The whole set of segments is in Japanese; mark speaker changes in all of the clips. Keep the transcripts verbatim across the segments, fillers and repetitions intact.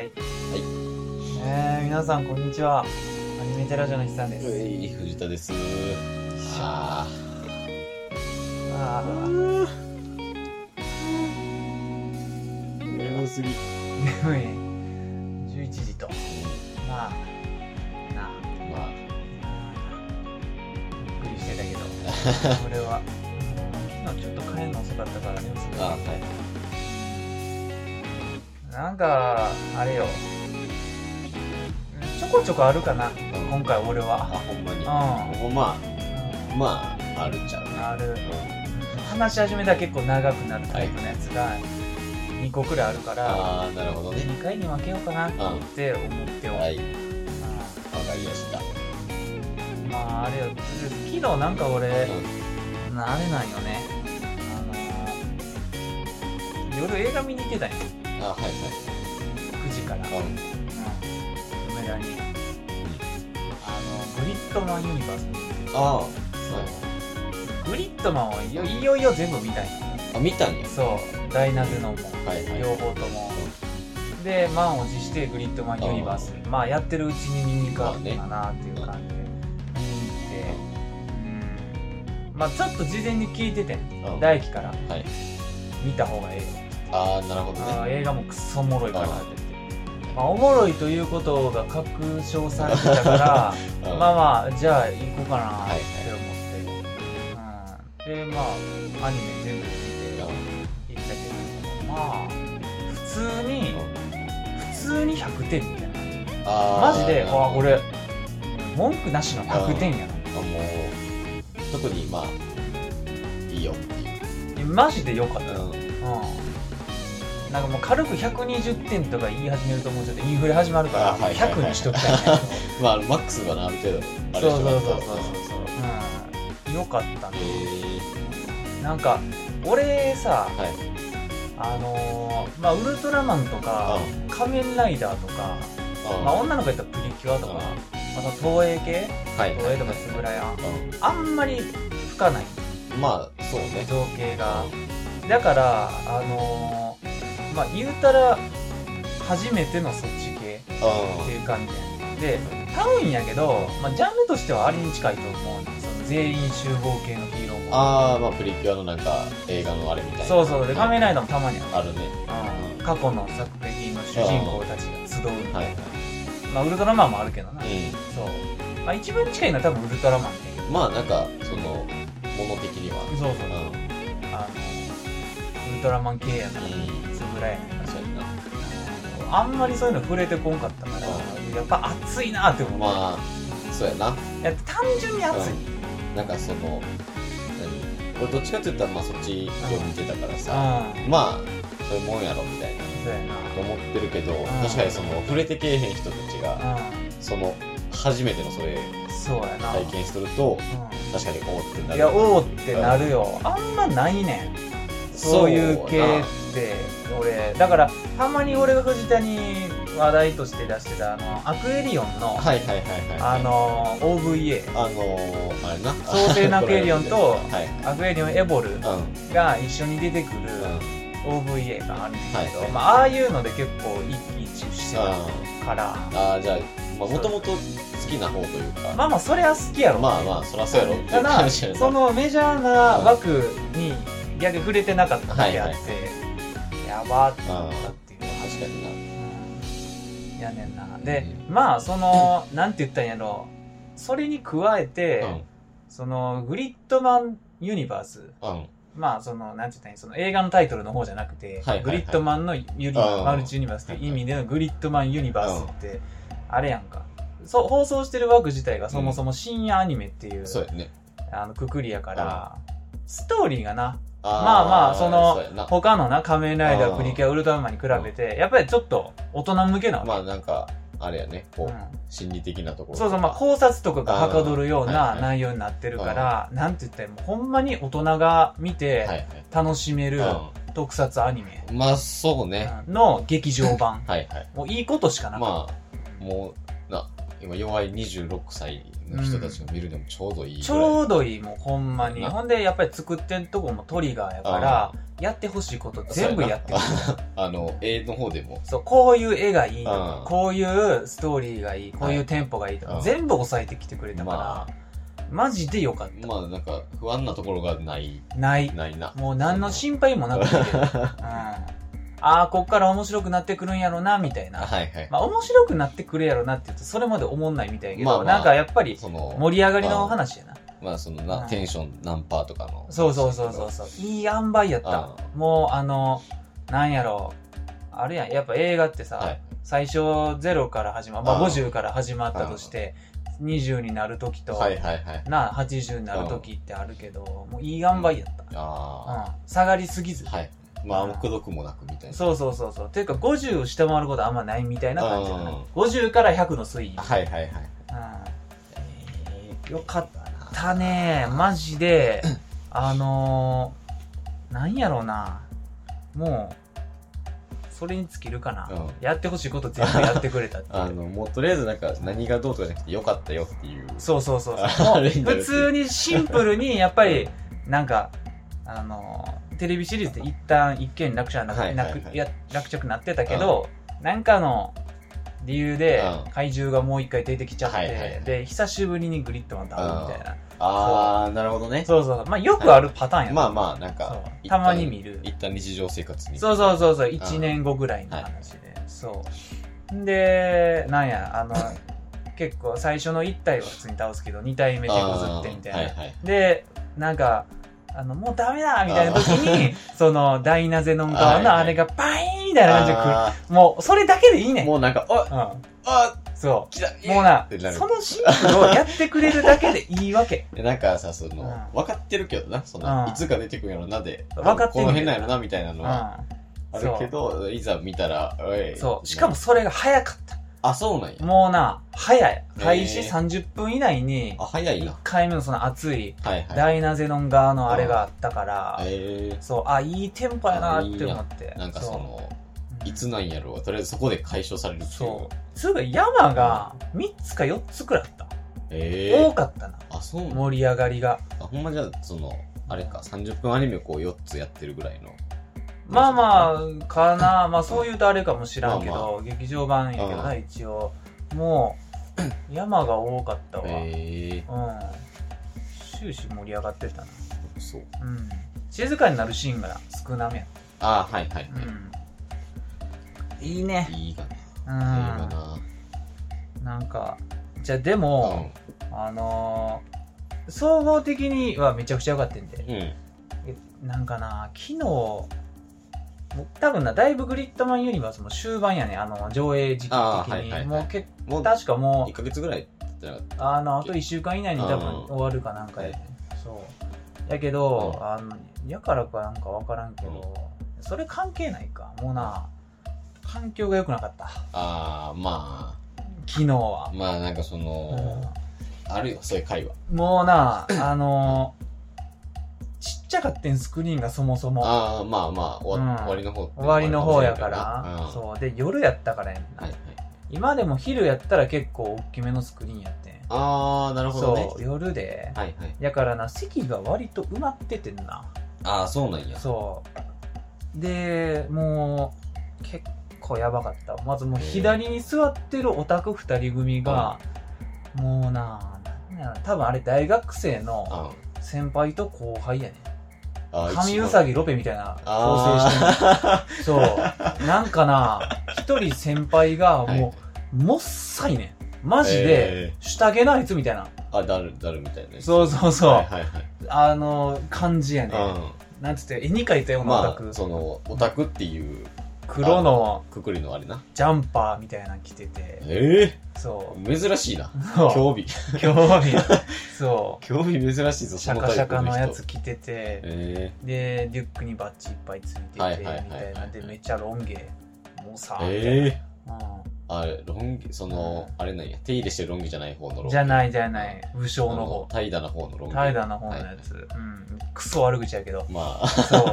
Speaker 1: 。えー、皆さんこんにちは。アニメテラジオの日さんです。
Speaker 2: はい、藤田です。あ
Speaker 1: ーあ
Speaker 2: ー。眠すぎ。
Speaker 1: 眠い。じゅういちじと。まあ、なあ。
Speaker 2: まあ。
Speaker 1: ゆっくりしてたけど、俺は。昨日ちょっと帰るの遅かったからね。
Speaker 2: あ、はい。
Speaker 1: なんか、あれよ。ちょこちょこあるかな、うん、今回俺は。
Speaker 2: あ、ほんまに。
Speaker 1: うん。
Speaker 2: まあ、うん、まあ、あるっちゃう。
Speaker 1: ある。うん、話し始めたら結構長くなるタイプのやつがにこくらいあるから、
Speaker 2: ああ、なるほどね。
Speaker 1: にかいに分けようかなって思っておる。
Speaker 2: はい。わかりました。
Speaker 1: まあ、あれよ、昨日なんか俺、うん、あれなんよね。あのー、夜映画見に行ってたんよ。
Speaker 2: あ、はいはい。
Speaker 1: くじから。うん。うん。梅田に。うん。あの、グリッドマンユニバースに行ってる。
Speaker 2: ああ、
Speaker 1: グリッドマンをいよいよいよ全部見たんよ。
Speaker 2: あ、見たんや。
Speaker 1: そう。ダイナゼノンも、
Speaker 2: はいはい、
Speaker 1: 両方とも。うん、で、満を持してグリッドマンユニバース。あまあ、やってるうちに見に行かったかなっていう感じで。見に行って。うん。まあ、ちょっと事前に聞いててん。大輝から。はい。見た方がええよ。
Speaker 2: ああ、なるほどね。
Speaker 1: あ映画もクソおもろいからって言って、まあ、おもろいということが確証されてたからまあまあじゃあ行こうかなって思って、はいはい、うん、でまあアニメ全部見て行ったけど、まあ普通に普通にひゃくてんみたいな感じ。マジであ俺文句なしのひゃくてんやな。
Speaker 2: あもう特にまあいいよっていう
Speaker 1: マジでよかった。うん、うん、なんかもう軽くひゃくにじゅってんとか言い始めると思うちょっとインフレ始まるからひゃくにしときたいね。
Speaker 2: まあマックスがなある程度あれ
Speaker 1: そうそうそうそうそうそう、うん、よかったね。なんか俺さ、はい、あのー、まあウルトラマンとか仮面ライダーとか、まあ女の子やったらプリキュアとか、また東映系、はい、東映とかスブラヤン、あんまり吹かない。まあそうね。造形が。だからあのー、まあ言うたら初めてのそっち系っていう感じで、多分やけど、まあジャンルとしてはあれに近いと思う。その全員集合系のヒーローも。あ
Speaker 2: あ、まあプリキュアのなんか映画のあれみたいな。
Speaker 1: そうそう。で仮面ライダーもたまにある。
Speaker 2: あるね。
Speaker 1: うん。過去の作品の主人公たちが集うみたいな。まあウルトラマンもあるけどな。うん、そう。まあ一番近いのは多分ウルトラマンっていう。
Speaker 2: まあなんかそのもの的には。そうそうそう。うん、
Speaker 1: あのウルトラマン系やな、つぶらやねんか、そういうの。あんまりそういうの触れてこんかったから、やっぱ熱いなって思う。
Speaker 2: まあ、そうやな。
Speaker 1: いや単純に熱い。
Speaker 2: うん、なんかその、何俺どっちかって言ったらまあそっちを見てたからさ、まあ、そういうもんやろみたいな。そうやな。と思ってるけど、確かにその触れてけえへん人たちが、その、初めてのそれ体験すると、確かにおーってなる。
Speaker 1: いや、おーってなるよ。あんまないねん。そういう系って俺だからたまに俺が藤田に話題として出してたあのアクエリオンのあの オーブイエー
Speaker 2: あのあれな
Speaker 1: 創世のアクエリオンとアクエリオンエボルが一緒に出てくる オーブイエー があるんだけど、まあああいうので結構一喜一憂してたから
Speaker 2: ああじゃあもともと好きな方というか
Speaker 1: まあまあそれは好きやろ。
Speaker 2: まあまあそりゃそうやろっていう感じやな。
Speaker 1: そのメジャーな枠に逆に触れてなかっただけあって、はいはい、やばーって思ったっていう。
Speaker 2: 確かにな。
Speaker 1: うん、やねんな。で、うん、まあそのなんて言ったんやろ。それに加えて、うん、そのグリッドマンユニバース、うん、まあそのなんて言ったんやその映画のタイトルの方じゃなくて、はいはいはい、グリッドマンのユニマルチユニバースって意味でのグリッドマンユニバースって、うん、あれやんか。そう放送してる枠自体がそもそも深夜アニメっていう、うん、そうやね、あのくくりやから、うん、ストーリーがな。あまあまあ、その、他のな、仮面ライダー、プリキュア、ウルトラマンに比べて、やっぱりちょっと大人向けなわけ。
Speaker 2: まあなんか、あれやね、こう、うん、心理的なところ。
Speaker 1: そうそう、まあ考察とかがはかどるような内容になってるから、はいはい、なんて言ったら、もうほんまに大人が見て、楽しめる特撮アニメ。
Speaker 2: まあそうね。
Speaker 1: の劇場版。はいはい。もういいことしかなかった。
Speaker 2: まあ、もう、な、今弱いにじゅうろくさいの人たちが見るでもちょうどいい、うん、
Speaker 1: ちょうどいい、もうほんまに。ほんでやっぱり作ってんとこもトリガーやからやってほしいこと全部やってくれる。
Speaker 2: あの絵の方でも
Speaker 1: そう、こういう絵がいいとか、こういうストーリーがいい、こういうテンポがいいとか、全部抑えてきてくれたから、まあ、マジでよかった。
Speaker 2: まあなんか不安なところがない
Speaker 1: ない
Speaker 2: ないな。
Speaker 1: もう何の心配もなくて、うん、ああこっから面白くなってくるんやろなみたいな、
Speaker 2: はいはい、
Speaker 1: まあ面白くなってくるやろなって言うとそれまで思んないみたいやけど、まあまあ、なんかやっぱり盛り上がりの話やな。
Speaker 2: まあそのな、うん、テンション何パーとかの、
Speaker 1: そうそうそうそうそう、いい塩梅やった。もうあのなんやろあるやん、やっぱ映画ってさ、はい、最初ゼロから始まる、まあごじゅうから始まったとしてにじゅうになる時と、はいはいはい、なはちじゅうになる時ってあるけど、もういい塩梅やった、うん、あ下がりすぎず、はい、
Speaker 2: まあくどくもなくみたいな。
Speaker 1: そうそうそうそう。ていうかごじゅうを下回ることはあんまないみたいな感じだな。ごじゅうからひゃくの推移。
Speaker 2: はいはいはい。
Speaker 1: えー、よかったねマジで。あのー、なんやろうな、もうそれに尽きるかな、うん、やってほしいこと全部やってくれたっていう。
Speaker 2: あのもうとりあえずなんか何がどうとかじゃなくてよかったよっていう。
Speaker 1: そうそうそうそう。もう普通にシンプルにやっぱりなんかあのー、テレビシリーズで一旦一見落着な、はいはいはい、や落着なってたけど、うん、なんかの理由で怪獣がもう一回出てきちゃって、うんはいはいはい、で久しぶりにグリッドマンと会うみたいな。
Speaker 2: ああなるほどね。
Speaker 1: そうそう、まあよくあるパターンや、ね、
Speaker 2: まあまあなんか
Speaker 1: たまに見る。
Speaker 2: 一旦日常生活に。
Speaker 1: そうそうそうそう、いちねんごぐらいの話で、はい、そうでなんやあの結構最初のいち体は普通に倒すけどに体目手こずってみたいな、はいはい、でなんかあのもうダメだみたいな時にそのダイナゼノン側のあれがバイーンみたいな感じで来る。もうそれだけでいいねん。
Speaker 2: もうなんかあ、うん、あ
Speaker 1: そうもうなそのシンプルをやってくれるだけでいいわけ。
Speaker 2: なんかさその、うん、分かってるけどなその、うん、いつか出てくるやろなで分かってるこの辺なんやろなみたいなのは、うん、あるけどいざ見たらおい
Speaker 1: そうしかもそれが早かった。
Speaker 2: あ、そうなんや。
Speaker 1: もうな、早い。開始さんじゅっぷん以内に、
Speaker 2: あ、早いな。
Speaker 1: いっかいめのその熱い、ダイナゼノン側のあれがあったから、そう、あ、いいテンポやなって思って。
Speaker 2: なんかその、いつなんやろう、とりあえずそこで解消されるっていう。
Speaker 1: そう。すぐ山がみっつかよっつくらいあった。えー、多かったな。
Speaker 2: あ、そう
Speaker 1: 盛り上がりが。
Speaker 2: あ、ほんまじゃあ、その、あれか、さんじゅっぷんアニメをこうよっつやってるぐらいの。
Speaker 1: まあまあ、かな。まあそう言うとあれかもしらんけど、まあまあ、劇場版やけどな、一応。もう、山が多かったわ。へー。うん。終始盛り上がってたな。
Speaker 2: そう。
Speaker 1: うん。静かになるシーンが少なめやった。
Speaker 2: ああ、はいはいはい。
Speaker 1: うん。いいね。
Speaker 2: いいかな。
Speaker 1: うん。いいかな。なんか、じゃあでも、うん、あのー、総合的にはめちゃくちゃ良かったんで。うん。なんかな、昨日、多分な、だいぶグリッドマンユニバースも終盤やね、あの、上映時期的に。はいはいはい、もう結構、確かもう、
Speaker 2: いっかげつぐらい
Speaker 1: あの、あといっしゅうかん以内に多分終わるかなんかやね。そう。やけど、うん、あの、やからかなんかわからんけど、うん、それ関係ないか。もうな、環境が良くなかった。
Speaker 2: あー、まあ。
Speaker 1: 昨日は。
Speaker 2: まあなんかその、うん、あるよ、そういう会話。
Speaker 1: もうな、あの、ちっちゃかってんスクリーンがそもそも。
Speaker 2: ああ、まあまあ、終わ、うん、終わりの方。
Speaker 1: 終わりの方やから。うん、そう。で、夜やったからやんな。はいはい、今でも昼やったら結構大きめのスクリーンやってん。
Speaker 2: ああ、なるほどね。
Speaker 1: そう、夜で。
Speaker 2: はいはい。
Speaker 1: だからな、席が割と埋まっててんな。
Speaker 2: ああ、そうなんや。
Speaker 1: そう。で、もう、結構やばかった。まずもう左に座ってるオタク二人組が、もうな、なんやろ、多分あれ大学生の、先輩と後輩やねん。神うさぎロペみたいな構成してる。そう。なんかな、一人先輩がもう、もっさいねん。マジで、下着のあいつみたいな。
Speaker 2: あ、だる、だるみたいな。
Speaker 1: そうそうそう。はいはいはい、あの、感じやねん。なんつって、絵に描いたようなオタク。
Speaker 2: まあ、その、オタクっていう。
Speaker 1: 黒の
Speaker 2: くくりのあれな
Speaker 1: ジャンパーみたいなの着てて、
Speaker 2: ええ
Speaker 1: ー、そう
Speaker 2: 珍しいな。興味
Speaker 1: 興味そう
Speaker 2: 興味珍しいぞ。
Speaker 1: シャカシャカのやつ着てて、えー、でリュックにバッジいっぱいついててみたいなでめっちゃロン毛もうさ
Speaker 2: ええー、うん、あれロン毛その、うん、あれなんや手入れしてるロン毛じゃない方のロン毛
Speaker 1: じゃないじゃない武将の方
Speaker 2: 怠惰な方のロン毛
Speaker 1: 怠惰な方のやつ、はい、うんクソ悪口やけど。
Speaker 2: まあ。
Speaker 1: そう。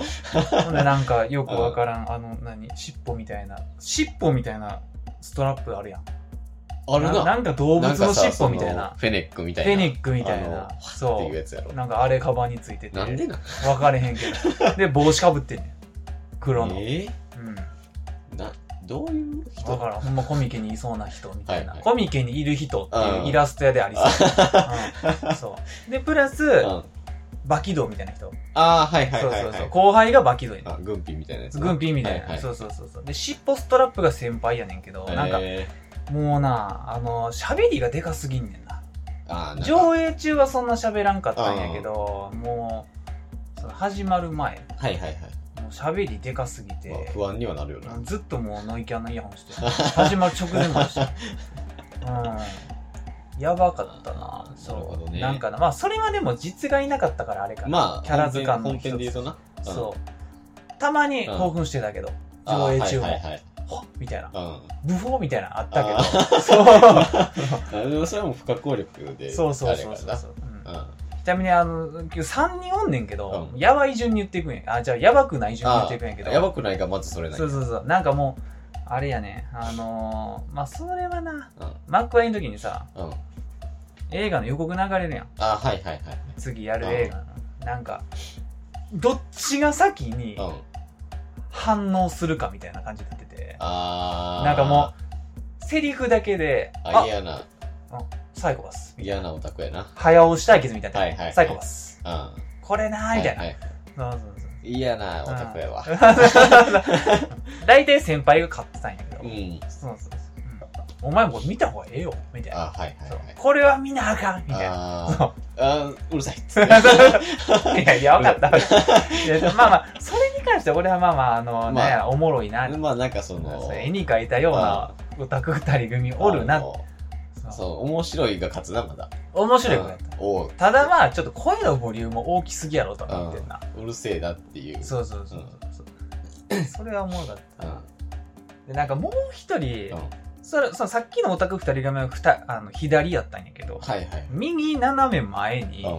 Speaker 1: ほんでなんかよくわからん、あの、何、尻尾みたいな、尻尾みたいなストラップあるやん。
Speaker 2: あるな。
Speaker 1: なんか動物の尻尾みたいな。
Speaker 2: フェネックみたいな。
Speaker 1: フェネックみたいな。そう。
Speaker 2: っていうやつやろ。
Speaker 1: なんかあれカバンについてて。
Speaker 2: なんでな
Speaker 1: 分かれへんけど。で、帽子かぶってんねん。黒の。
Speaker 2: えー、
Speaker 1: うん。
Speaker 2: な、どういう人
Speaker 1: だからほんまコミケにいそうな人みたいな。はいはい、コミケにいる人っていうイラスト屋でありそう。うん、そう。で、プラス、うんバキドウみたいな人。
Speaker 2: ああ、はいはいはい、はい。
Speaker 1: そうそうそう。後輩がバキドウやねん。
Speaker 2: あ、グンピーみたいなやつ。
Speaker 1: グンピーみたいな。はいはい、そうそうそうそう。で、尻尾ストラップが先輩やねんけど、なんか、もうな、あの、喋りがでかすぎんねんな。あ上映中はそんな喋らんかったんやけど、もう、その始まる前。
Speaker 2: はいはいはい。
Speaker 1: もう喋りでかすぎて。
Speaker 2: まあ、不安にはなるよな。
Speaker 1: ずっともうノイキャンのイヤホンして、始まる直前までして。うん。やばかったな。そう。なるほどね。なんかな、まあそれはでも実がいなかったからあれかな。まあ、キャラ図鑑の
Speaker 2: 本編で言うとな。
Speaker 1: うん、そう。たまに興奮してたけど、うん、上映中も。はいはいはい。ほっみたいな。うん。ブフォーみたいなのあったけど。
Speaker 2: そう。でもそれはもう不可抗力で。
Speaker 1: そうそうそうそうそう。うん。ちなみにあの、さんにんおんねんけど、うん、やばい順に言っていくんや。あ、じゃあやばくない順に言っていくんやけど。
Speaker 2: やばくないがまずそれない。
Speaker 1: そうそうそう。なんかもう、あれやね、あのー、まあ、それはな、うん、マックアイの時にさ、うん、映画の予告流れるやん。
Speaker 2: あ、はいはいはい。
Speaker 1: 次やる映画の。うん、なんか、どっちが先に反応するかみたいな感じになってて、あなんかもう、セリフだけで、
Speaker 2: あ、嫌な。
Speaker 1: サイコパス。
Speaker 2: 嫌なオタクやな。
Speaker 1: 早押し対決みたいな。はいはいはい、サイコパス。うん、これなーみたいな。はいはい、そうそうそう。
Speaker 2: 嫌なオタクやわ。
Speaker 1: 大体先輩が買ってたんやけど、うん、そうそうそう、うん、お前も見た方がええよみたいな。あ、はいはいはい、これは見なあかんみたいな。あ
Speaker 2: あ、うるさいっつ
Speaker 1: って。いやいや、分かった。いやまあまあそれに関しては俺はまあまああの、まあ、ね、おもろいな。
Speaker 2: まあなんかその
Speaker 1: 絵に描いたようなオタク二人組おるな。
Speaker 2: そう、面白いが勝つな、まだ。
Speaker 1: 面白いがやった。ただまあ、ちょっと声のボリューム大きすぎやろと思ってんな。
Speaker 2: うるせえなっていう。
Speaker 1: そうそうそうそう。うん、それはおもろかった。うん、で、なんかもう一人、うん、それ、そのさっきのオタク二人組はふたあの左やったんやけど、はいはい、右斜め前に、うん、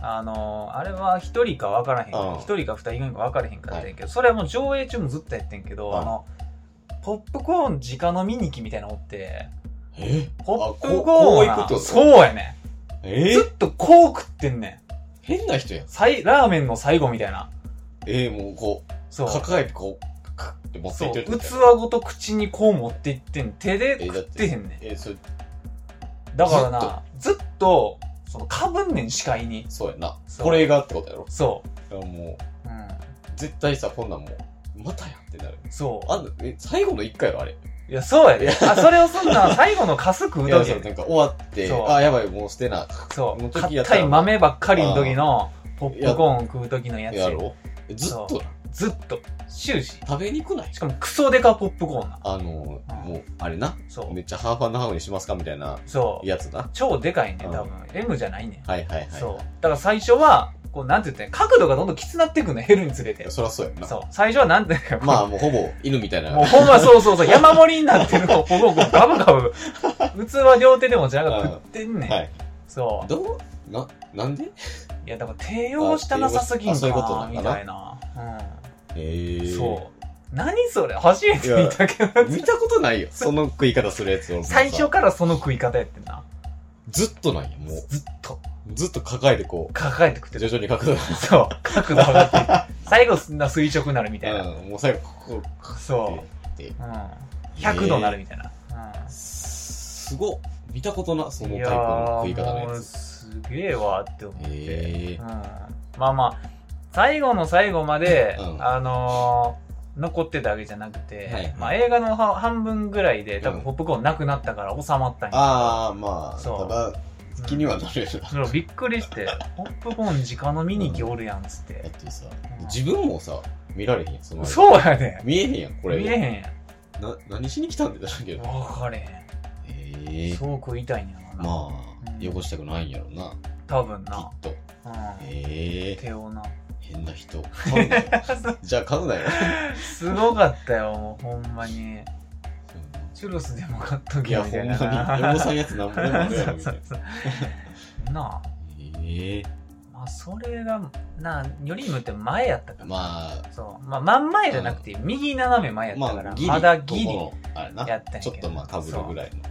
Speaker 1: あの、あれは一人か分からへん。一、うん、人か二人組か分からへんかったんやけど、はい、それはもう上映中もずっとやってんけど、うん、あの、ポップコーン直飲みにきみたいなのおって、
Speaker 2: え
Speaker 1: ポップコーンはそうやねん。えずっとこう食ってんねん。
Speaker 2: 変な人やん。
Speaker 1: ラーメンの最後みたいな。
Speaker 2: えー、もうこう、そう抱えてこう、クッって持っていって
Speaker 1: る。そう、器ごと口にこう持っていってん。手で食ってへんねん。えー、それだからな、ずっと、その、かぶんねん、視界に。
Speaker 2: そうやな。これがってことやろ。
Speaker 1: そ
Speaker 2: う。いやもう、うん、絶対さ、こんなんもう、またやってなる。そう。あんえ、最後の一回やろ、あれ。
Speaker 1: いや、そうやで。あ、それをすんな、最後のカス食う時
Speaker 2: やなんか終わって、あ、やばい、もう捨てな。
Speaker 1: そう。硬い豆ばっかりの時の、ポップコーン食う時のやつ。
Speaker 2: やろずっと
Speaker 1: ずっと。終始。
Speaker 2: 食べにくない？
Speaker 1: しかもクソデカポップコーンな。
Speaker 2: あの、もう、あれな。そう。めっちゃハーファンドハーフにしますかみたいな。そう。やつだ。
Speaker 1: 超でかいね、多分。M じゃないね。
Speaker 2: はいはいはい。
Speaker 1: そう。だから最初は、こう、なんて言ってん、角度がどんどんきつなっていくの、減るにつれて。
Speaker 2: そりゃそうやな。
Speaker 1: そう。最初はなんていうか。
Speaker 2: まあもうほぼ犬みたいな。
Speaker 1: もうほんまそうそうそう、山盛りになってるのを、ほぼガブガブ。器両手でもじゃなく食ってんねん。はい。そう。
Speaker 2: どうな、なんで？い
Speaker 1: や、だから低用したなさすぎんかな、みたいな。うん。
Speaker 2: へえ。
Speaker 1: そう。何それ初めて見たけど。
Speaker 2: 見たことないよ。その食い方するやつを。
Speaker 1: 最初からその食い方やってんな。
Speaker 2: ずっとなんや、もう。
Speaker 1: ずっと。
Speaker 2: ずっと抱えてこう。
Speaker 1: 抱えて食って
Speaker 2: る。徐々に角度が。
Speaker 1: そう。角度上がって。最後な垂直になるみたいな。
Speaker 2: うん。もう最後、こ
Speaker 1: う。そう。うん。ひゃくどになるみたいな。
Speaker 2: うん。すごっ。見たことな、そのタイプの食い方のやつ。
Speaker 1: すげえわって思って。うん。まあまあ、最後の最後まで、うん、あのー、残ってたわけじゃなくて、はい、まあ映画の半分ぐらいで多分ポップコーンなくなったから収まったんやけど、
Speaker 2: ああ、まあ、そうただ、気にはなるよな、
Speaker 1: うん。びっくりして、ポップコーン直飲みに来おるやんつって。
Speaker 2: だってさ、うん、自分もさ、見られへんやん、
Speaker 1: そのそうやね。
Speaker 2: 見えへんやん、これ。
Speaker 1: 見えへんや
Speaker 2: ん。な、何しに来たんでだけど。
Speaker 1: わかれへん。ええー。そう食いたいんやろな。
Speaker 2: まあ、うん、汚したくないんやろな。
Speaker 1: 多分な。
Speaker 2: きっと。
Speaker 1: うん、ええー。手をな。
Speaker 2: 変な人。買うなよ。じゃあ買うなよ。
Speaker 1: すごかったよ、もうほんまに。チュロスでも買っときゃみたいな。いや、
Speaker 2: ほんまに。汚さんやつなんぼでもあるやろ、みたい
Speaker 1: な。なあ。ええー。まあ、それが、なあ、よりむって前やったから。まあ。そう。まあ、真ん前じゃなくて、右斜め前やったから、まあ、まだギリやったんやけど。
Speaker 2: ちょっとまあ、かぶるぐらいの。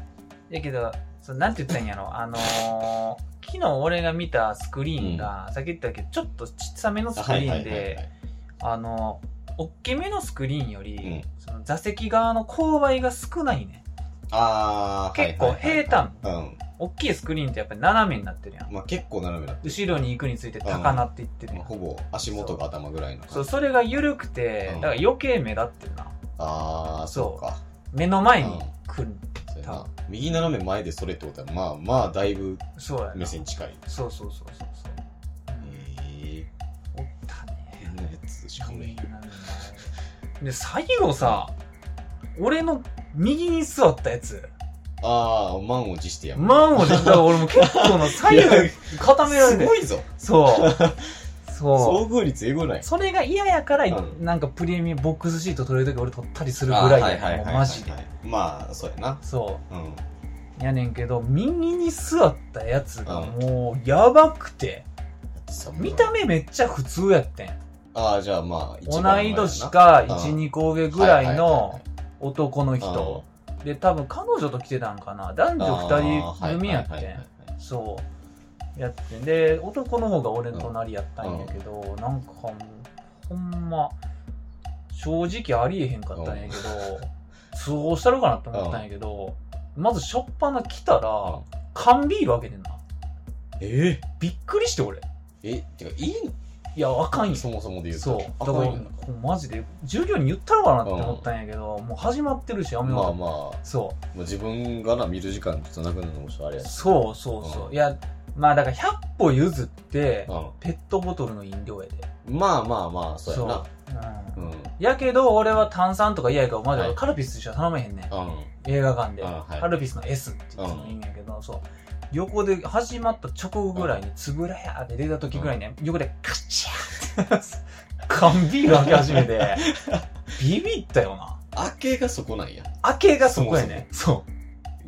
Speaker 1: やけど、そなんて言ったんやろ、あのー、昨日俺が見たスクリーンが、うん、さっき言ったけど、ちょっとちっさめのスクリーンで、あのー、大きめのスクリーンより、うん、その座席側の勾配が少ないね。
Speaker 2: あー、
Speaker 1: 結構平坦。はいはいはいはい、うん。大きいスクリーンってやっぱり斜めになってるやん。
Speaker 2: まあ結構斜めになってる。
Speaker 1: 後ろに行くについて高なっていってるやん。
Speaker 2: うん、ほぼ足元が頭ぐらいの感じ。
Speaker 1: そう、それが緩くて、だから余計目立ってるな。
Speaker 2: あー、そうか。
Speaker 1: 目の前に来る。
Speaker 2: 右斜め前でそれってことは、まあまあだいぶ目線近い。
Speaker 1: そうそうそうそうそう。
Speaker 2: へえ。
Speaker 1: おったね。
Speaker 2: 変なやつしかもね。
Speaker 1: で、最後さ、俺の右に座ったやつ。
Speaker 2: ああ、満を持してやる。
Speaker 1: 満を持して、だから俺も結構な左右固められて。
Speaker 2: すごいぞ。
Speaker 1: そう。そう。
Speaker 2: 遭遇率エゴない。
Speaker 1: それが嫌やから、うん、なんかプレミアムボックスシート取れるとき俺取ったりするぐらいやねん、マジで。
Speaker 2: まあ、そうやな。
Speaker 1: そう。うん。やねんけど、右に座ったやつがもう、やばくて、うん、見た目めっちゃ普通やってん。
Speaker 2: ああ、じゃあまあ、
Speaker 1: 一番同い年か、いち、にこ上ぐらいの男の人。で、多分彼女と来てたんかな。男女二人組やってん。そう。やってんで、男の方が俺の隣やったんやけど、うん、なんかもう、ほんま、正直ありえへんかったんやけど、通報したろかなって思ったんやけど、うん、まずしょっぱな来たら、うん、缶ビール開けてんな。
Speaker 2: えー、
Speaker 1: びっくりして俺。
Speaker 2: え、てかいいの？
Speaker 1: いや、あかんよ。
Speaker 2: そもそもで言うと。
Speaker 1: そう。だから、マジで、従業員に言ったのかなって思ったんやけど、うん、もう始まってるし、やめよう。
Speaker 2: まあまあ。
Speaker 1: そう。
Speaker 2: もう自分がな、見る時間ちょっとなくなるのもちょっとあれやし。
Speaker 1: そうそうそう。うん、いや、まあだからひゃっぽ譲って、うん、ペットボトルの飲料やで。
Speaker 2: まあまあまあ、そうやな。
Speaker 1: そう。うん。うん、やけど、俺は炭酸とか嫌やから、マジでカルピスしか頼めへんねん。うん、映画館で、うんはい。カルピスの S って言ってもいいんやけど、うん、そう。横で始まった直後ぐらいに、つぶらやって出た時ぐらいね、うん、横でカッチャーって、缶ビール開け始めて、ビビったよな。
Speaker 2: 開けがそこなんや。
Speaker 1: 開けがそこやね。そう。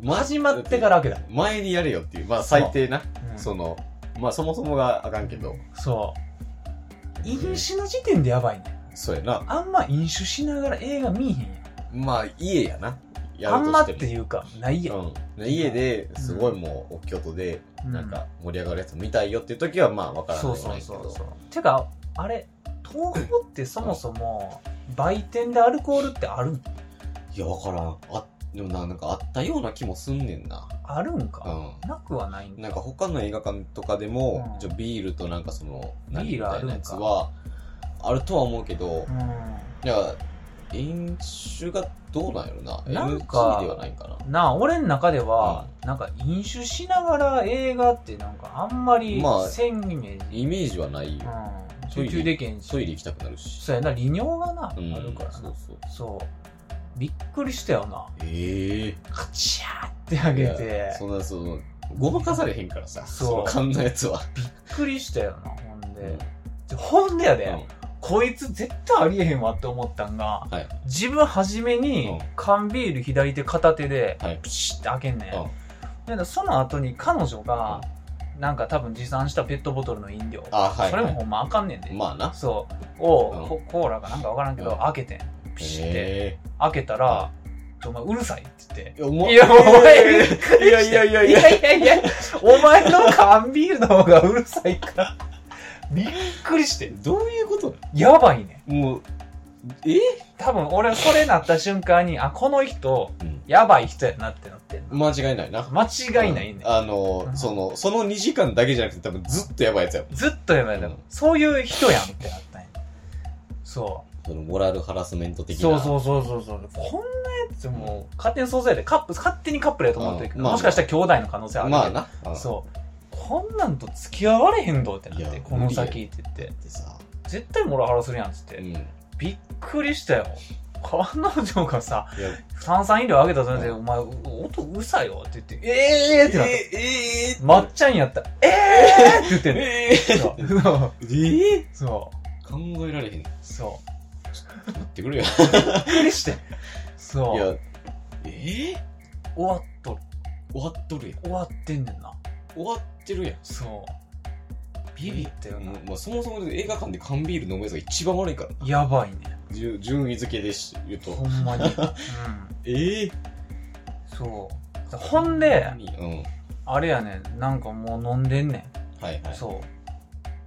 Speaker 1: 始まってから開けだ。
Speaker 2: 前にやれよっていう。まあ最低な。そ,、うん、その、まあそもそもがあかんけど。
Speaker 1: そう。飲酒の時点でやばいね。
Speaker 2: そうやな。
Speaker 1: あんま飲酒しながら映画見えへんや
Speaker 2: ん。まあ家やな。
Speaker 1: あんまっていうか、ないやん。
Speaker 2: うん、家ですごいもう、おっきょとで、なんか盛り上がるやつ見たいよっていう時は、まあわからないけど。そうそうそうそう。て
Speaker 1: か、あれ、東宝ってそもそも、売店でアルコールってあるん？
Speaker 2: いや、わからん。あ、でもな、なんかあったような気もすんねんな。
Speaker 1: あるんか、うん、なくはないんだ。
Speaker 2: なんか他の映画館とかでも、うん、ビールとなんかその、
Speaker 1: ビールあるんか。
Speaker 2: やつは、あるとは思うけど、うん、いや、飲酒がどうなんやろな。
Speaker 1: なんか
Speaker 2: エヌジー ではないんかな。
Speaker 1: なあ、俺の中では、うん、なんか飲酒しながら映画ってなんかあんまりせんイメージ。
Speaker 2: まあ、イメージはないよ。
Speaker 1: うん、集中できんし。
Speaker 2: トイレ行きたくなるし。
Speaker 1: そうやな、利尿がな、うん、あるからな。
Speaker 2: そうそう。
Speaker 1: そう。びっくりしたよな。
Speaker 2: ええー。
Speaker 1: カチャーってあげて。
Speaker 2: そんな、その、ごまかされへんからさ。そう。その缶のやつは。
Speaker 1: びっくりしたよな、ほんで。うん、ほんでやで。うんこいつ絶対ありえへんわって思ったんが、はい、自分初めに缶ビール左手片手でピシッて開けんねん、はい、でその後に彼女がなんか多分持参したペットボトルの飲料、
Speaker 2: あ、はいはい、
Speaker 1: それもほんまあかんねんで、
Speaker 2: まあな
Speaker 1: そうを、うん、コ, コーラかなんかわからんけど、うん、開けてんピシッて開けたら、ちょお前うるさいって言って。いや、お前、いやいやいやいやいやいや、お前の缶ビールの方がうるさいから。びっくりして。
Speaker 2: どういうこと？
Speaker 1: やばいね。
Speaker 2: もう、え
Speaker 1: 多分俺それなった瞬間に、あ、この人、うん、やばい人やなってなってん
Speaker 2: の。間違いないな。
Speaker 1: 間違いないね、
Speaker 2: うん。あの、うん、その、そのにじかんだけじゃなくて多分ずっとやばいやつやもん。
Speaker 1: ずっとやばいやつ、うん、そういう人やんってなったんや。そう。
Speaker 2: そのモラルハラスメント的な。
Speaker 1: そうそうそうそうそう。こんなやつもう、勝手に想像やで、カップ、勝手にカップルやと思ってるけど、まあ、もしかしたら兄弟の可能性あるけど。
Speaker 2: まあな。ああそう。
Speaker 1: こんなんと付き合われへんどってなって、この先って言って。絶対モラハラするやんっつって、うん。びっくりしたよ。彼女がさ、炭酸飲料あげたとで、お前、音うさいよって言って、えーってなった。えーまっちゃんやった。えーって言ってんの。えーえーそう。
Speaker 2: 考えられへん。
Speaker 1: そう。
Speaker 2: ちょっと待ってくれよ。
Speaker 1: びっくりして。そう。
Speaker 2: いや、えー
Speaker 1: 終わっとる。
Speaker 2: 終わっとるやん。
Speaker 1: 終わってんねんな。
Speaker 2: 終わってるやん。
Speaker 1: そう。ビビったよな。
Speaker 2: まあ、そもそも映画館で缶ビール飲むやつが一番悪いからな。
Speaker 1: やばいね。
Speaker 2: 順位付けでし言うと。
Speaker 1: ほんまに。うん。
Speaker 2: ええー、
Speaker 1: そう。 ほんで、
Speaker 2: うん、
Speaker 1: あれやねん、なんかもう飲んでんね
Speaker 2: ん。はいはい。
Speaker 1: そう。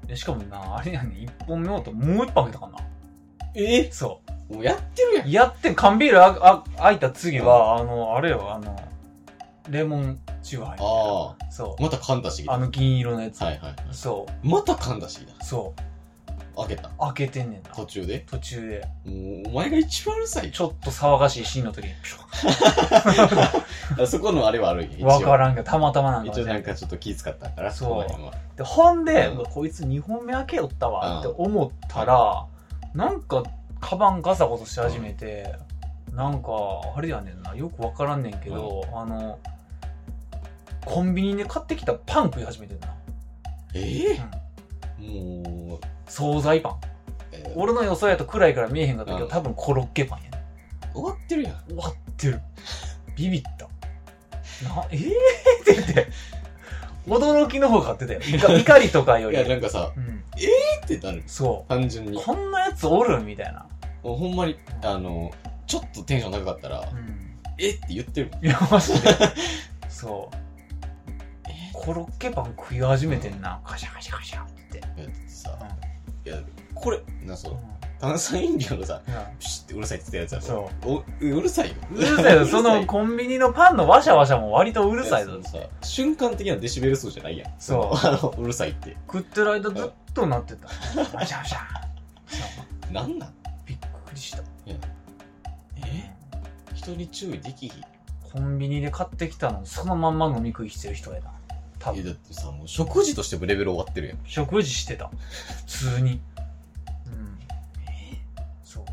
Speaker 1: で、しかもな、あれやねん、一本目ともう一本開けたかな。
Speaker 2: え
Speaker 1: そう。
Speaker 2: もうやってるやん。
Speaker 1: やってん、缶ビールああ開いた次は、うん、あの、あれよ、あの、レモンチューハイ。
Speaker 2: ああ。
Speaker 1: そう。
Speaker 2: また噛んだし。
Speaker 1: あの銀色のやつ。
Speaker 2: はいはい。
Speaker 1: そう。
Speaker 2: また噛んだしだ。
Speaker 1: そう。
Speaker 2: 開けた。
Speaker 1: 開けてんねんな。
Speaker 2: 途中で
Speaker 1: 途中で。
Speaker 2: もう、お前が一番うるさい。
Speaker 1: ちょっと騒がしいシーンの時に、ピ
Speaker 2: ュそこのあれはあるん
Speaker 1: や。わからんけど、たまたまなんか。
Speaker 2: 一応なんかちょっと気遣ったから。
Speaker 1: そう。で、ほんで、うん、こいつにほんめ開けよったわって思ったら、うん、なんか、カバンガサゴソし始めて、うん、なんか、あれやねんな、よくわからんねんけど、うん、あの、コンビニで買ってきたパン食い始めてんな。
Speaker 2: えぇ、うん、もう、
Speaker 1: 惣菜パン。えー、俺の予想やと暗いから見えへんかったけど、多分コロッケパンやね。
Speaker 2: 終わってるやん。
Speaker 1: 終わってる。ビビった。な、えぇ、ー、って言って、驚きの方が買ってたよ。怒りとかより。
Speaker 2: いや、なんかさ、うん、えぇ、ー、ってなる。
Speaker 1: そう。
Speaker 2: 単純に。
Speaker 1: こんなやつおるみたいな。
Speaker 2: もうほんまに、あの、ちょっとテンション高かったら、うん、えって言ってるもん。
Speaker 1: いや、マジで。そう。コロッケパン食い始めてんな、うん、カシャカシャカシャって。
Speaker 2: いや、だってさ、うん、いや、これ、な、そう、うん、炭酸飲料のさ、うん、ピシッってうるさいって言ったやつだろ。そう。うるさいよ。
Speaker 1: うるさいよ。そのコンビニのパンのワシャワシャも割とうるさいぞ。
Speaker 2: さ、瞬間的なデシベル数じゃないやん。
Speaker 1: そう。
Speaker 2: あの、うるさいって。
Speaker 1: 食ってる間ずっとなってた。ワシャワシャ。
Speaker 2: そう。なんなん？
Speaker 1: びっくりした。いや。
Speaker 2: え？人に注意できひん。
Speaker 1: コンビニで買ってきたのそのまんま飲み食いしてる人やな。
Speaker 2: いやだってさ、もう食事としてもレベル終わってるやん。
Speaker 1: 食事してた。普通に。うん。
Speaker 2: えー、
Speaker 1: そう。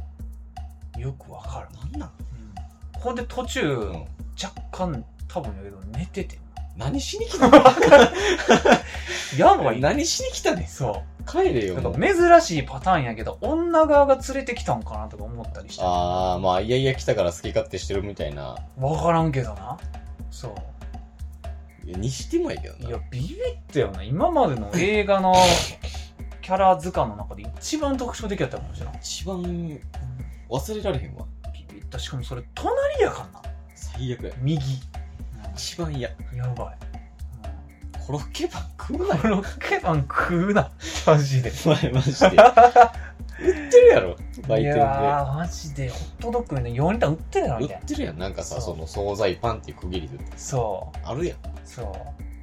Speaker 1: よくわかる。
Speaker 2: なんなん、うん、
Speaker 1: ほんで途中、うん、若干、多分やけど寝てて。
Speaker 2: 何しに来たの
Speaker 1: やばい。
Speaker 2: 何しに来たねん。
Speaker 1: そう。
Speaker 2: 帰れよ。
Speaker 1: なんか珍しいパターンやけど、女側が連れてきたんかなとか思ったりして。
Speaker 2: あー、まあ、いやいや来たから好き勝手してるみたいな。
Speaker 1: わからんけどな。そう。
Speaker 2: いや、にしてもいいけどな。
Speaker 1: いや、ビビったよな。今までの映画のキャラ図鑑の中で一番特徴的やったかもしれない。
Speaker 2: 一番忘れられへんわ。
Speaker 1: ビビった。しかもそれ、隣やかんな。
Speaker 2: 最悪や。
Speaker 1: 右。
Speaker 2: 一番嫌。
Speaker 1: やばい。
Speaker 2: コロッケパン食うなよ。
Speaker 1: コロッケパン食うな。マジで。
Speaker 2: お前マジで。売ってるやろ、売店で。い
Speaker 1: やー、マジで。ホットドッグね、よんリッター売ってるやろ、みたいな。
Speaker 2: 売ってるやん。なんかさ、その、惣菜パンっていう区切りで売ってる。
Speaker 1: そう。
Speaker 2: あるやん。
Speaker 1: そう。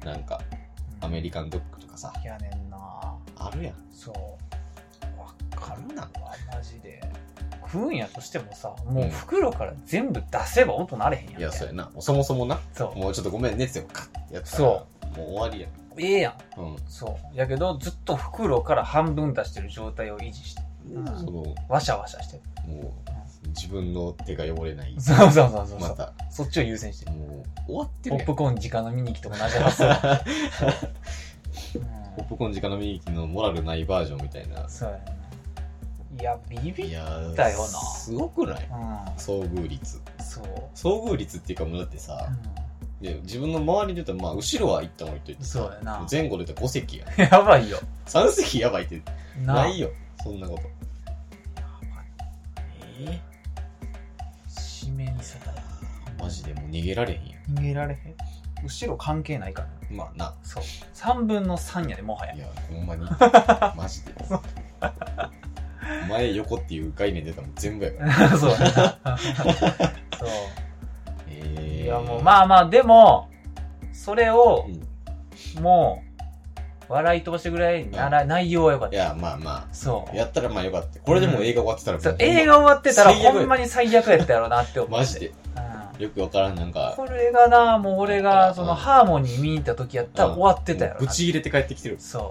Speaker 2: なんか、アメリカンドッグとかさ。
Speaker 1: やねんな。
Speaker 2: あるやん。
Speaker 1: そう。わかるな、マジで。食うんやとしてもさ、もう袋から全部出せば音なれへんやん。
Speaker 2: いや、そうやな。そもそもな。
Speaker 1: そう。
Speaker 2: もうちょっとごめんねってカッてやったら。そう。もう終わりやん。
Speaker 1: ええやん。
Speaker 2: うん。
Speaker 1: そう。やけど、ずっと袋から半分出してる状態を維持して。
Speaker 2: うん。その、
Speaker 1: ワシャワシャしてる。
Speaker 2: もう、自分の手が汚れない。
Speaker 1: そうそうそうそう。
Speaker 2: また。
Speaker 1: そっちを優先してる。
Speaker 2: もう、終わってるやん。
Speaker 1: ポップコーン直飲みに来と同じ発想。
Speaker 2: ポップコーン直飲みに来のモラルないバージョンみたいな。
Speaker 1: そうやな。いや、ビビったよな。
Speaker 2: すごくない？うん。遭遇率。
Speaker 1: そう。
Speaker 2: 遭遇率っていうかもうだってさ、うん、いや自分の周りで言ったら、まあ、後ろは一旦置いといてさ、
Speaker 1: そうやな。
Speaker 2: 前後で言ったらご席や。
Speaker 1: やばいよ。
Speaker 2: さん席やばいってな。ないよ。そんなこと。や
Speaker 1: ばい。えぇ、ー、指名さたら。
Speaker 2: マジでもう逃げられへんや
Speaker 1: ん。逃げられへん。後ろ関係ないから、
Speaker 2: ね。まあな。
Speaker 1: そう。さんぶんのさんやで、もはや。
Speaker 2: いや、ほんまに。マジで。前横っていう概念出たもん全部やから。
Speaker 1: そうやな。そう。えー、いやもうまあまあでもそれを、うん、もう笑い飛ばしてぐらいなら、うん、内容は良かった。
Speaker 2: いやまあまあ
Speaker 1: そう
Speaker 2: やったらまあ良かった。これでも映画終わってたら、うん、
Speaker 1: そう映画終わってたらほんまに最悪やったやろなって思って。
Speaker 2: マジで、うん、よくわからん。なんか
Speaker 1: これがなもう俺がそのハーモニー見に行った時やったら終わってたやろな。
Speaker 2: ぶち入れて帰ってきてる。
Speaker 1: そう、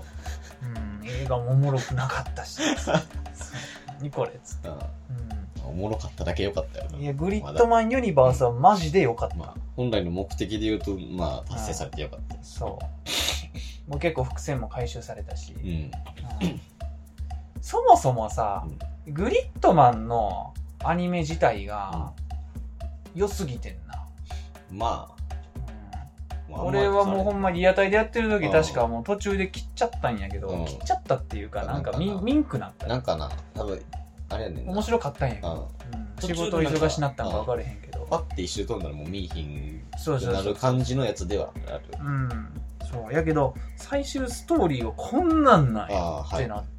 Speaker 1: うん、映画もおもろくなかったし何これっつって、
Speaker 2: うん、おもろかっただけ良かったよな。
Speaker 1: いやグリッドマンユニバースはマジで良かった、まあ、
Speaker 2: 本来の目的で言うとまあ達成されて良かった、
Speaker 1: うん、そうもう結構伏線も回収されたし、うんうん、そもそもさ、うん、グリッドマンのアニメ自体が良すぎてんな。
Speaker 2: まあ
Speaker 1: 俺はもうほんまリアタイでやってる時確かもう途中で切っちゃったんやけど、うん、切っちゃったっていうかなんかミン、ミンクなった。
Speaker 2: なんかな多分あれやねんな。
Speaker 1: 面白かったんやけど、うん、仕事忙しなったんか分かれへんけど
Speaker 2: パッて一周飛んだらもう見えひんってなる感じのやつではある。
Speaker 1: うんそうやけど最終ストーリーがこんなんないってなって、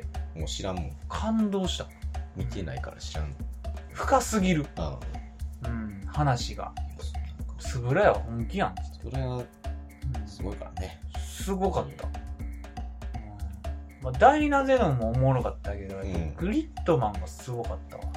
Speaker 2: はい、もう知らんもん。
Speaker 1: 感動した。
Speaker 2: 見てないから知らん。
Speaker 1: 深すぎる。
Speaker 2: あ
Speaker 1: うん、話がつぶらや本気やん。
Speaker 2: それはすごいからね、
Speaker 1: うん、すごかった、うんまあ、ダイナゼノンもおもろかったけど、うん、グリッドマンがすごかったわ、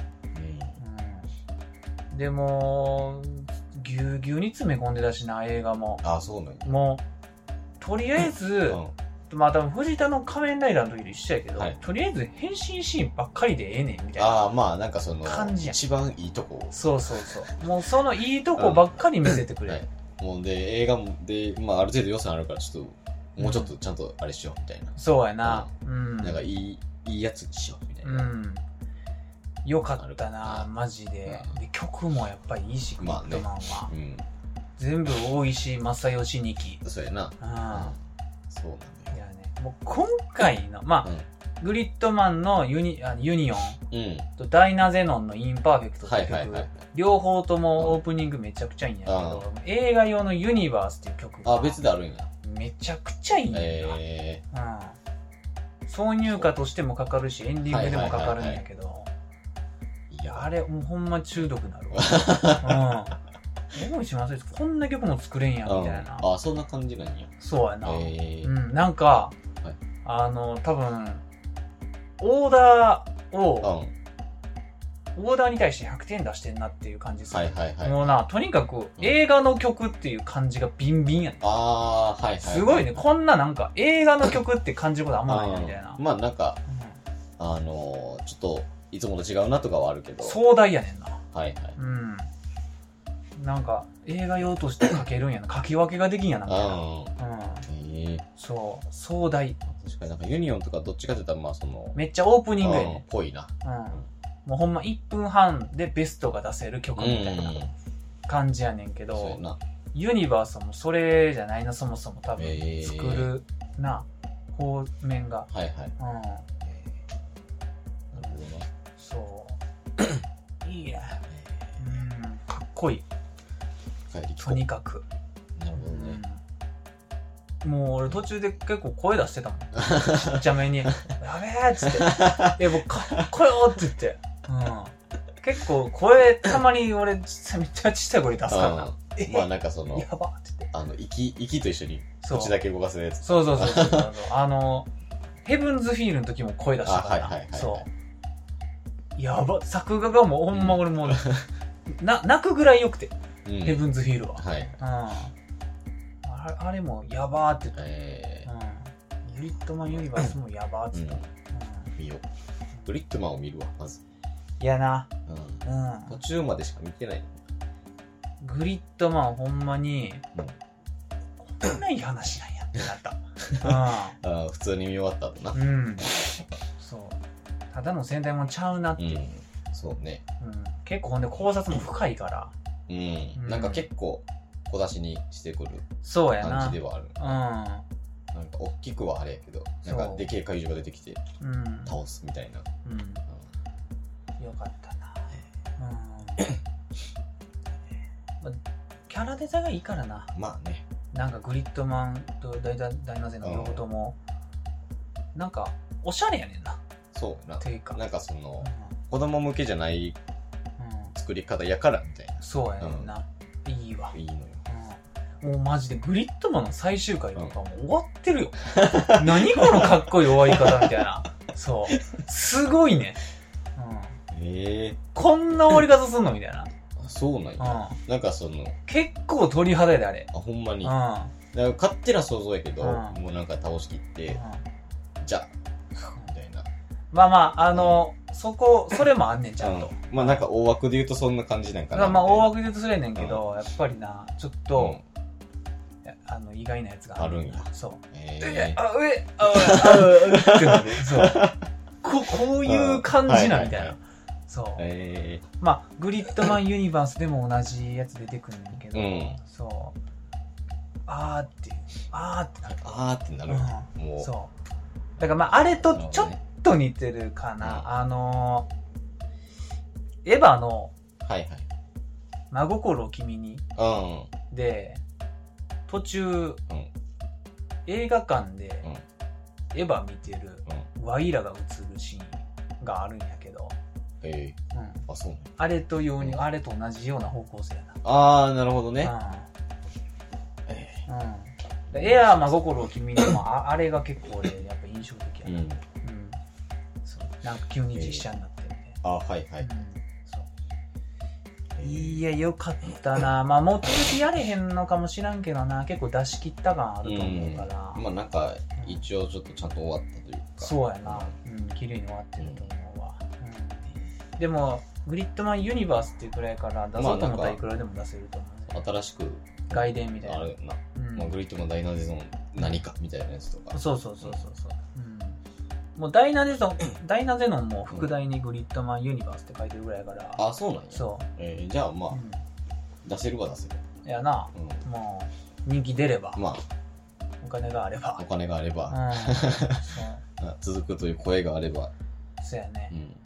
Speaker 1: うんうん、でもぎゅうぎゅうに詰め込んでたしな映画も。
Speaker 2: ああそうなんや。
Speaker 1: もうとりあえず、うんまあ多分藤田の仮面ライダーの時と一緒やけど、はい、とりあえず変身シーンばっかりでええねんみたいな。
Speaker 2: ああまあなんかその感じや一番いいとこ。
Speaker 1: そうそうそうもうそのいいとこばっかり見せてくれる、
Speaker 2: うんはい、もうで映画もで、まあ、ある程度予算あるからちょっともうちょっとちゃんとあれしようみたいな、
Speaker 1: うん、そうやな、うん、
Speaker 2: なんかいいいいやつにしようみたいな、うん、
Speaker 1: よかったなマジで、うん、で曲もやっぱりいいしグリッドマンは、まあねうん、全部大石正義にき
Speaker 2: そうやな、うん、そうなんだ
Speaker 1: もう今回の、まあ、うん、グリッドマンのユニ、あユニオン、うん、とダイナゼノンのインパーフェクトっていう曲、はいはいはい、両方ともオープニングめちゃくちゃいいんやけど、うん、映画用のユニバースっていう曲
Speaker 2: があ別であるんや
Speaker 1: めちゃくちゃいいんや、えーうん、挿入歌としてもかかるしエンディングでもかかるんやけど、はいはいはい、いやあれもうほんま中毒なるわ、うん大石正義こんな曲も作れんやみたいな、
Speaker 2: うん、あそんな感じなんや。
Speaker 1: そうやな、
Speaker 2: えー、
Speaker 1: うんなんか、はい、あの多分オーダーを、うん、オーダーに対してひゃくてん出してんなっていう感じする、はいはいはい、もうなとにかく、うん、映画の曲っていう感じがビンビンやねん。
Speaker 2: あー、はいはいはい、
Speaker 1: すごいねこんななんか映画の曲って感じることあんまないなみたいな
Speaker 2: まあなんか、うん、あのー、ちょっといつもと違うなとかはあるけど
Speaker 1: 壮大やねんな。
Speaker 2: はいはい、
Speaker 1: うんなんか映画用として書けるんやな書き分けができんやなみたいな、うん
Speaker 2: えー、
Speaker 1: そう壮大。
Speaker 2: 確かになんかユニオンとかどっちかって言ったらまあその
Speaker 1: めっちゃオープニングやね
Speaker 2: っぽいな、
Speaker 1: うん、もうほんまいっぷんはんでベストが出せる曲みたいな感じやねんけど、うんうん、ユニバースもそれじゃないなそもそも多分作るな、えー、方面が
Speaker 2: はいはい、うん、えー、なるほどな
Speaker 1: そういいや、えー、うんかっこいいとにかく。
Speaker 2: なるほどね、
Speaker 1: うん、もう俺途中で結構声出してたもんちっちゃめにやべえっつって「え僕かっこよ」って言って、うん、結構声たまに俺めっちゃちっちゃい声出すからな
Speaker 2: えまあなんかその
Speaker 1: やばって言って
Speaker 2: あの息息と一緒に口だけ動かすやつ
Speaker 1: そうそうそうそうそうあのヘブンズフィールの時も声出したからな、はいはいはいはい、そうやば作画がもうほんま俺もう、うん、な泣くぐらいよくてうん、ヘブンズフィールは、
Speaker 2: はい
Speaker 1: うん、あ, あれもやばーって言った、えーうん、グリッドマンユニバースもやばーって言った、うん
Speaker 2: うん、見ようグリッドマンを見るわまず
Speaker 1: いやな、
Speaker 2: うんうん、途中までしか見てない
Speaker 1: グリッドマンほんまに、うん、こんないい話なんやってなった
Speaker 2: あ普通に見終わった後な
Speaker 1: うんそうただの戦隊もちゃうなっていう、うん
Speaker 2: そうね、
Speaker 1: うん、結構ほんで考察も深いから、
Speaker 2: うん、うん、なんか結構小出しにしてくる感じではある。
Speaker 1: うん、
Speaker 2: なんか大きくはあれやけど、なんかでけえ怪獣が出てきて、うん、倒すみたいな。うんうん、
Speaker 1: よかったな。うん、キャラデザがいいからな。
Speaker 2: まあね。
Speaker 1: なんかグリッドマンとダイダダイナゼの両方とも、うん、なんかおしゃれやねんな。
Speaker 2: そうな。
Speaker 1: ていうか
Speaker 2: なんかその、うん子供向けじゃない作り方やからみたいな、
Speaker 1: うん、そうやねんな、うん、いいわ
Speaker 2: いいのよ、
Speaker 1: うん、もうマジでグリッドマンの最終回とかもう終わってるよ、うん、何このかっこいい終わり方みたいなそうすごいね、
Speaker 2: うん、えー、
Speaker 1: こんな終わり方すんのみたいなあ
Speaker 2: そうなんや、うん、なんかその
Speaker 1: 結構鳥肌やであれ
Speaker 2: あほんまに、うん、なんか勝手な想像やけど、うん、もうなんか倒しきって、うん、じゃあ
Speaker 1: まあまあ、あの、うん、そこ、それもあんねん、ちゃんと。
Speaker 2: うん、まあなんか大枠で言うとそんな感じなんかな。
Speaker 1: まあ大枠で言うとそれやねんけど、うん、やっぱりな、ちょっと、うん、あの、意外なやつが
Speaker 2: あるんや。
Speaker 1: そう。
Speaker 2: え
Speaker 1: ー、え、あ、上、あ、上、あ、ってなる。そう。こ、こういう感じな、みたいな。そう。
Speaker 2: えー、
Speaker 1: まあ、グリッドマンユニバースでも同じやつ出てくるんだけど、うん、そう。あーっていう、あーってなる。
Speaker 2: あーってなる。
Speaker 1: うん、もう。そう。だからまあ、あれとちょっと、ちょっと似てるかな、うん、あのエヴァの、
Speaker 2: はいはい、
Speaker 1: 真心を君に、
Speaker 2: うん、
Speaker 1: で途中、うん、映画館で、うん、エヴァ見てる、うん、ワイらが映るシーンがあるんやけど、
Speaker 2: えーうん、あそうね、
Speaker 1: あれとように、うん、あれと同じような方向性やな。
Speaker 2: ああなるほどね、
Speaker 1: うんえーうん、エアー真心を君にも あ, あれが結構俺やっぱ印象的やな、うんうん、そうなんか急に実写になってみたいな、
Speaker 2: えー、あはいはい、うん
Speaker 1: いや、よかったな。まあ、もう続きやれへんのかもしらんけどな。結構出し切った感あると思うから。
Speaker 2: うん、まあ、なんか、一応ちょっとちゃんと終わったというか。
Speaker 1: そうやな。うん、綺麗に終わってると思うわ。うん、でも、グリッドマンユニバースっていうくらいから出そうと思ったらいくらでも出せると思う、ね。
Speaker 2: 新しく。
Speaker 1: 外伝みたいな。
Speaker 2: あるな。うんまあ、グリッドマンダイナゼゾン何かみたいなやつとか。
Speaker 1: そうそうそうそうそう。うんもうダイナゼノン、ダイナゼノンも副題にグリッドマンユニバースって書いてるぐらいやから。
Speaker 2: あ、そうなんや。
Speaker 1: そう。
Speaker 2: えー、じゃあまあ、うん、出せるは出せる。
Speaker 1: いやな、うん、もう人気出れば。
Speaker 2: まあ、
Speaker 1: お金があれば。
Speaker 2: お金があれば。うん、そう続くという声があれば。
Speaker 1: そうやね。うん。うん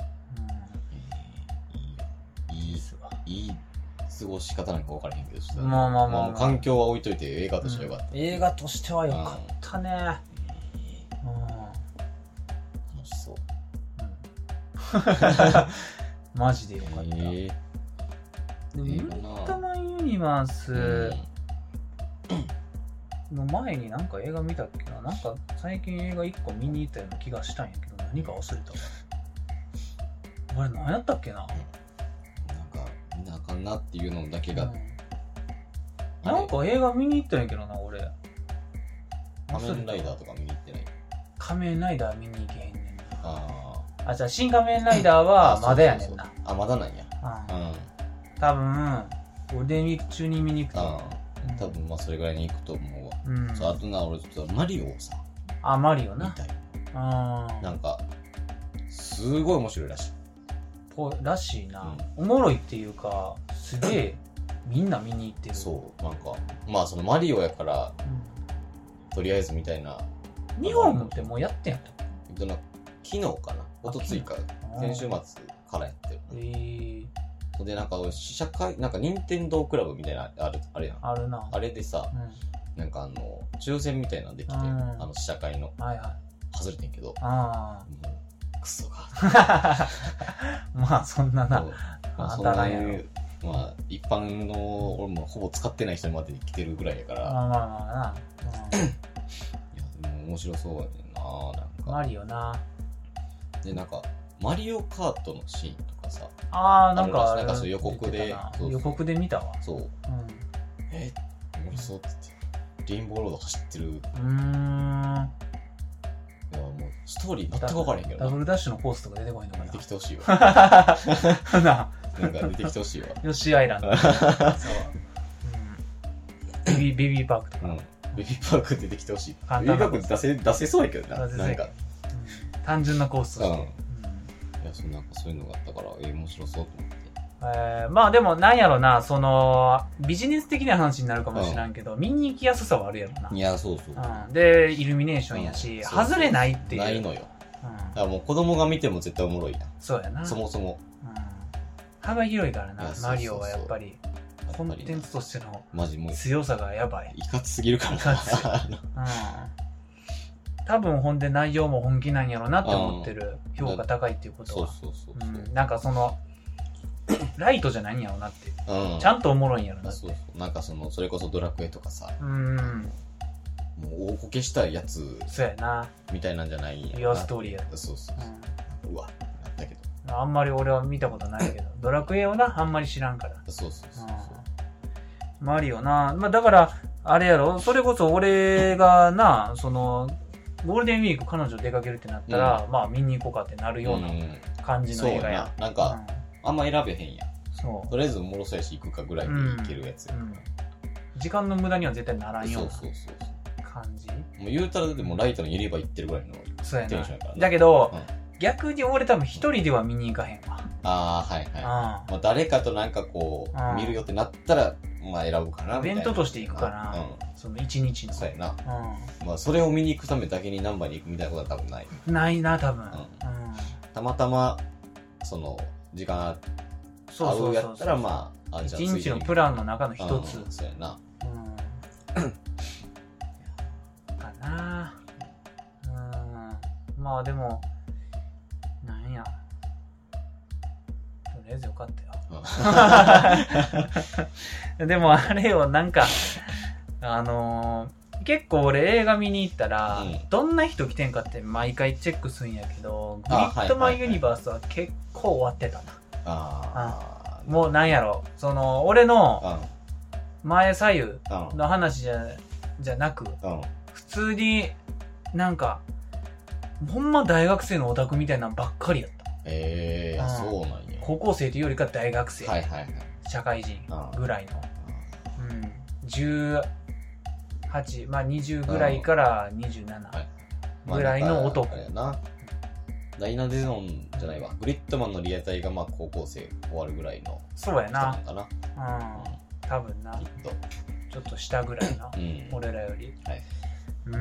Speaker 2: えー、いい、いい、いい過ごし方なんか分からへんけど、ちょっと、
Speaker 1: まあまあまあ、まあ、
Speaker 2: 環境は置いといて映画としてはよかった。
Speaker 1: うん、映画としてはよかったね。うん
Speaker 2: そう、
Speaker 1: うん、マジでよかった、えー、でもウルトラマンユニバースの前になんか映画見たっけな、なんか最近映画いっこ見に行ったような気がしたんやけど何か忘れたわ。あれ何やったっけな、なんか
Speaker 2: 見なあかんなっていうのだけが、うん、
Speaker 1: なんか映画見に行ったんやけどな俺。
Speaker 2: 仮面ライダーとか見に行ってない。
Speaker 1: 仮面ライダー見に行けへんねんな。
Speaker 2: あ
Speaker 1: あ、じゃあ新仮面ライダーはまだやねんな。
Speaker 2: そうそうそうあ、まだなんや。
Speaker 1: うん。多分、ゴールデンウィーク中に見に行くと思う。
Speaker 2: うん、多分まあそれぐらいに行くと思うわ。うん。そう、あとな、俺ちょっとマリオをさ。
Speaker 1: あ、マリオな。
Speaker 2: 見たい。
Speaker 1: あ
Speaker 2: なんか、すごい面白いらしい。
Speaker 1: ぽらしいな、うん。おもろいっていうか、すげえみんな見に行ってる。
Speaker 2: そう、なんか、まあそのマリオやから、うん、とりあえずみたいな。
Speaker 1: 日本ってもうやってんやったっ
Speaker 2: け？昨日かなおとついか先週末からやってる。
Speaker 1: へ
Speaker 2: え。でなんか試写会なんか任天堂クラブみたいなあるあれやん。
Speaker 1: あるな。
Speaker 2: あれでさ、うん、なんかあの抽選みたいなのできて、うん、あの試写会の、はいはい、外れてんけど、
Speaker 1: あ
Speaker 2: もうクソが。
Speaker 1: まあそんなな。
Speaker 2: まあそんなにまあ一般の俺もほぼ使ってない人にまで来てるぐらいやから。
Speaker 1: まあまあまあな。
Speaker 2: 面白そうやねんな。なんか
Speaker 1: マリオな。
Speaker 2: でなんかマリオカートのシーンとかさ、
Speaker 1: ああなんか
Speaker 2: なんかそう予告で
Speaker 1: そうそう予告で見たわ。
Speaker 2: そう、うん、え面白そうって言ってレインボーロード走ってる。う
Speaker 1: ーん
Speaker 2: いやもうストーリー全く分からへんけどな。
Speaker 1: ダブルダッシュのコースとか出てこないのかな。
Speaker 2: 出てきてほしいわ。
Speaker 1: な
Speaker 2: なんか出てきてほしいわ。
Speaker 1: ヨッシーアイランド。そう、うん、ベビーベビーパークとか。
Speaker 2: うんベビーパーク出てきてほしい。ベビーパーク出せ、出せそうやけどな。なんか、
Speaker 1: うん、単純なコースとして。うん、いや、
Speaker 2: そなんかそういうのがあったから、えー、面白そうと思って。
Speaker 1: えー、まあでもなんやろな、その、ビジネス的な話になるかもしれんけど、うん、見に行きやすさはあるやろな。
Speaker 2: いや、そうそう。
Speaker 1: うん、で、イルミネーションやし、うん、外れないっていう。
Speaker 2: ないのよ。うん、だからもう子供が見ても絶対おもろいやん。
Speaker 1: そうやな。
Speaker 2: そもそも。
Speaker 1: うん、幅広いからな、マリオはやっぱり。コンテンツとしての強さがやばい。
Speaker 2: いかつすぎるからな。
Speaker 1: いかつ、うん、多分ほんで内容も本気なんやろなって思ってる。評価高いっていうことは。
Speaker 2: そうそうそうそう、
Speaker 1: うん、なんかそのライトじゃないんやろなって、うん、ちゃんとおもろいんやろなって。
Speaker 2: そうそうなんかそのそれこそドラクエとかさ、
Speaker 1: うん、も
Speaker 2: う大こけしたやつ
Speaker 1: そうやな
Speaker 2: みたいなんじゃないんやな。
Speaker 1: ユアストーリーや。
Speaker 2: そうそうそう、うん、うわだけど
Speaker 1: あんまり俺は見たことないけどドラクエをなあんまり知らんから。
Speaker 2: そうそうそうそう、
Speaker 1: うん、マリオな、まあ、だからあれやろ、それこそ俺がなそのゴールデンウィーク彼女出かけるってなったら、うん、まあ見に行こうかってなるような感じの映画や、
Speaker 2: うん、なんか、うん、あんま選べへんやん。
Speaker 1: そう
Speaker 2: とりあえずおもろそうやし行くかぐらいで行けるやつや、うんうん、
Speaker 1: 時間の無駄には絶対ならんような
Speaker 2: そうそうそう
Speaker 1: 感じ。
Speaker 2: もう言うたらでもライトの入れ歯行ってるぐらいのテンションやから、ね、
Speaker 1: だけど、うん、逆に俺多分一人では見に行かへんわ。
Speaker 2: ああはいはい、うんまあ、誰かとなんかこう、うん、見るよってなったらまあ選ぶかなみたいな。イベント
Speaker 1: として行くかな、うん、その一日の。
Speaker 2: そうやな、うんまあ、それを見に行くためだけにナンバーに行くみたいなことは多分ない
Speaker 1: ないな多分、うんうん、
Speaker 2: たまたまその時間合うやったらまああ
Speaker 1: じゃあいちにちのプランの中の一つ、
Speaker 2: うん、そうやな、
Speaker 1: うん、かな。うん、まあでもなんやとりあえずよかったよでもあれよ、なんかあのー、結構俺映画見に行ったら、うん、どんな人来てんかって毎回チェックするんやけど、グリッドマンユニバースは結構終わってたな。あ、もうなんやろ、その俺の前左右の話じゃ、じゃなく、普通になんかほんま大学生のオタクみたいなのばっかりやった。
Speaker 2: ええー、そうなんや。
Speaker 1: 高校生というよりか大学生、
Speaker 2: はいはいはい、
Speaker 1: 社会人ぐらいの、うん、じゅうはち、まあにじゅうぐらいからにじゅうななぐらいの男。
Speaker 2: まあ、やな。ダイナデゾンじゃないわ。グリッドマンのリアタイがまあ高校生終わるぐらいの。
Speaker 1: そうやな。
Speaker 2: かな。
Speaker 1: うん。多分な。きっと。ちょっと下ぐらいの、うん、俺らより。はい。うん。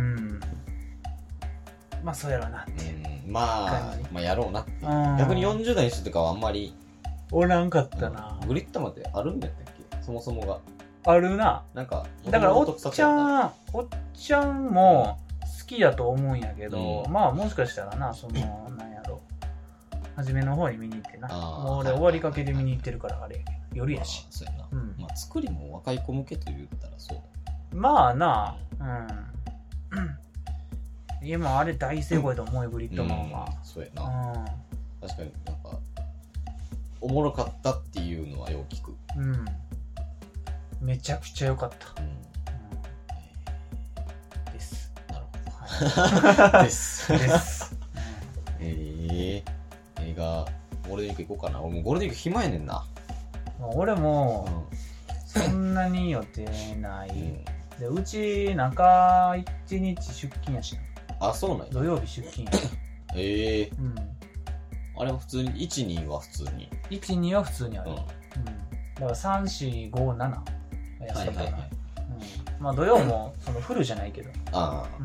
Speaker 1: まあそうやろうなっていう、
Speaker 2: うん、まあ、まあやろうなっていう。逆によんじゅう代の人とかはあんまり
Speaker 1: おらんかったな、
Speaker 2: うん、グリッドマンってあるんだったっけ、そもそもが。
Speaker 1: あるな。
Speaker 2: なんか
Speaker 1: だからおっちゃんおっちゃんも好きやと思うんやけど、うん、まあもしかしたらな、そのなんやろ、初めの方に見に行ってな、もう俺終わりかけで見に行ってるからあれやけど、夜やし。
Speaker 2: そうやな、うん、まあ作りも若い子向けと言ったらそうだ。
Speaker 1: まあな、うんいや、まああれ大成功やと思うよ、グリッドマンは、
Speaker 2: うん、そうやな、うん、確かになんかおもろかったっていうのはよく聞く。うん、
Speaker 1: めちゃくちゃ良かった、うんうん、です。
Speaker 2: なるほど、はい、ですです、うん、えー、映画ゴールデンウィーク行こうかな。俺もゴールデンウィーク暇やねんな。
Speaker 1: 俺も、うん、そんなに予定ない、うん、でうち中いちにち出勤やしな。
Speaker 2: あ、そうなんや。
Speaker 1: 土曜日出勤やし。
Speaker 2: へえー、うん、あれは普通にいち、には普通に
Speaker 1: いち、には普通にある、うんうん、だからさん、よん、ご、ななが休みかな、はいはいはい、うん、まあ土曜もそのフルじゃないけど、ああ、うん、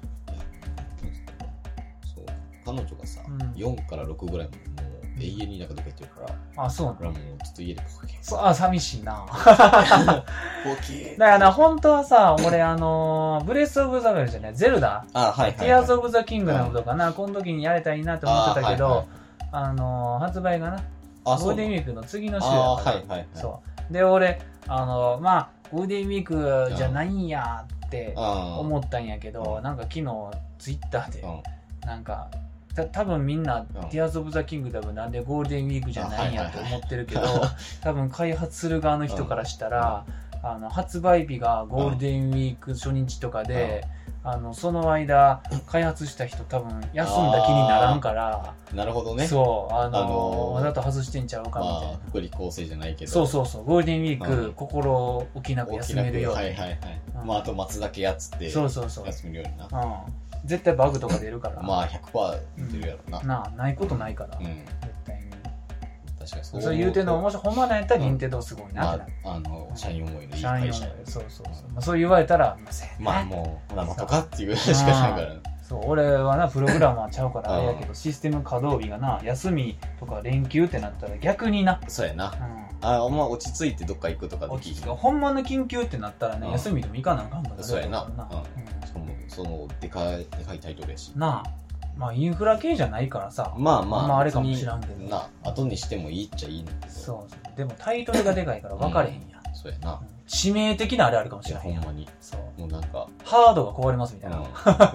Speaker 2: そう彼女がさ、うん、よんからろくぐらいも永遠になんかどっか行ってるから、
Speaker 1: あ、そうなの。
Speaker 2: 俺はもうちょっと家でポケ
Speaker 1: そう、あ、寂しいなポケだからな、本当はさ、俺あのー、ブレスオブザワイルドじゃない、ゼルダ、あ、はいはいはい、ティアーズオブザキングダムとかな、うん、この時にやれたらいいなって思ってたけど、あ、はいはい、あのー、発売がな、ゴールデンウィークの次の週やから、はいはいはい、そうで俺あのー、まあゴールデンウィークじゃないんやって思ったんやけど、なんか昨日ツイッターで、うん、なんかた多分みんな、うん、ティアーズ・オブ・ザ・キングダムなんでゴールデンウィークじゃないんやと思ってるけど、多分開発する側の人からしたら、うん、あの発売日がゴールデンウィーク初日とかで、うん、あのその間開発した人多分休んだ気にならんから、
Speaker 2: なるほどね、
Speaker 1: そうあの、あのー、わざと外してんちゃうかみたいな、まあ、
Speaker 2: 福利厚生じゃないけど、
Speaker 1: そうそうそう、ゴールデンウィーク、うん、心置きなく休めるように、
Speaker 2: はいはいはい、うん、まああと待つだけやつって
Speaker 1: そうそうそう
Speaker 2: 休めるようにな、
Speaker 1: うん、絶対バグとか出るから
Speaker 2: まあ ひゃくパーセント 出るやろな、
Speaker 1: うん、なあないことないから、うん、絶対に
Speaker 2: 確かにそう、
Speaker 1: そう言うてんの面白い、ほんまなんやったら任天堂すごいなってなる、
Speaker 2: まあ、あの社員思いのいい
Speaker 1: 会社、そうそうそう、まあ、そう言われたらまあせやね、
Speaker 2: まあもう生とかっていうしかないから、ね、
Speaker 1: そう俺はなプログラマーちゃうからあれやけどシステム稼働日がな休みとか連休ってなったら逆にな、
Speaker 2: そうやな、うん、あお前落ち着いてどっか行くとかできる、
Speaker 1: ほんまの緊急ってなったらね、うん、休みでも行かなあかんから、
Speaker 2: そうやな、うん、しかもそのでかいでかいタイトルやし
Speaker 1: なあ、まあインフラ系じゃないからさ、まあまあ、まああれかもしらんけど
Speaker 2: な、後にしてもいいっちゃいいんだけど、
Speaker 1: そうそう、でもタイトルがでかいから分かれへんや、
Speaker 2: うん、そうやな、うん、
Speaker 1: 致命的なあれあるかもしれへんや、
Speaker 2: ほんまに、そうもうなんか
Speaker 1: ハードが壊れますみたいな、うん、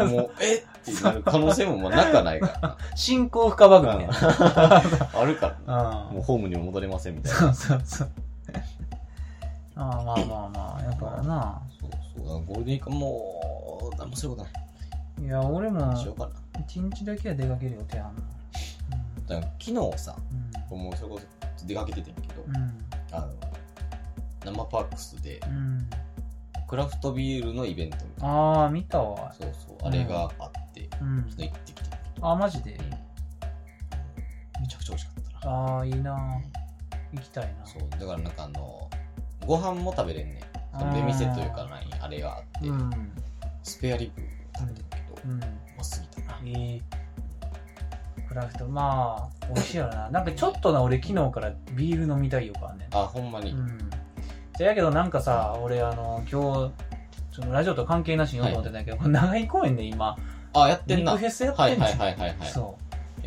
Speaker 2: もうえってなる可能性もまあなくはないから
Speaker 1: 進行不可バグみたいな、うん、
Speaker 2: あるから、うん、もうホームにも戻れませんみたいな、
Speaker 1: そうそうそうああまあまあまあやからな、
Speaker 2: そうそうゴールデンウィークもう何もすることない。
Speaker 1: いや俺も一日だけは出かける予定あんの、
Speaker 2: うん、だから昨日さ、うん、もうそれこそ出かけててんけど、うん、あの生パックスで、うん、クラフトビールのイベントみたいな、
Speaker 1: ああ見たわ、
Speaker 2: そうそうあれがあって、うん、昨日行ってきて、
Speaker 1: ああマジで、うん、
Speaker 2: めちゃくちゃ美味しかったな。
Speaker 1: ああいいな、うん、行きたいな。
Speaker 2: そうだからなんかあのご飯も食べれんねん、その出店というか何あれがあって、うん、スペアリブ食べてるけど、うん、うますぎたな。えー、
Speaker 1: クラフトまあ美味しいよな。なんかちょっとな俺昨日からビール飲みたいよからね。
Speaker 2: あほんまに。
Speaker 1: うん。じゃやけどなんかさ俺あの今日そのラジオと関係なしに言おうと思ってたんだけど、はい、長井公園で今
Speaker 2: あやってんな。
Speaker 1: 肉フェスやってんねん。
Speaker 2: はいはいはいはい、はい。
Speaker 1: そう。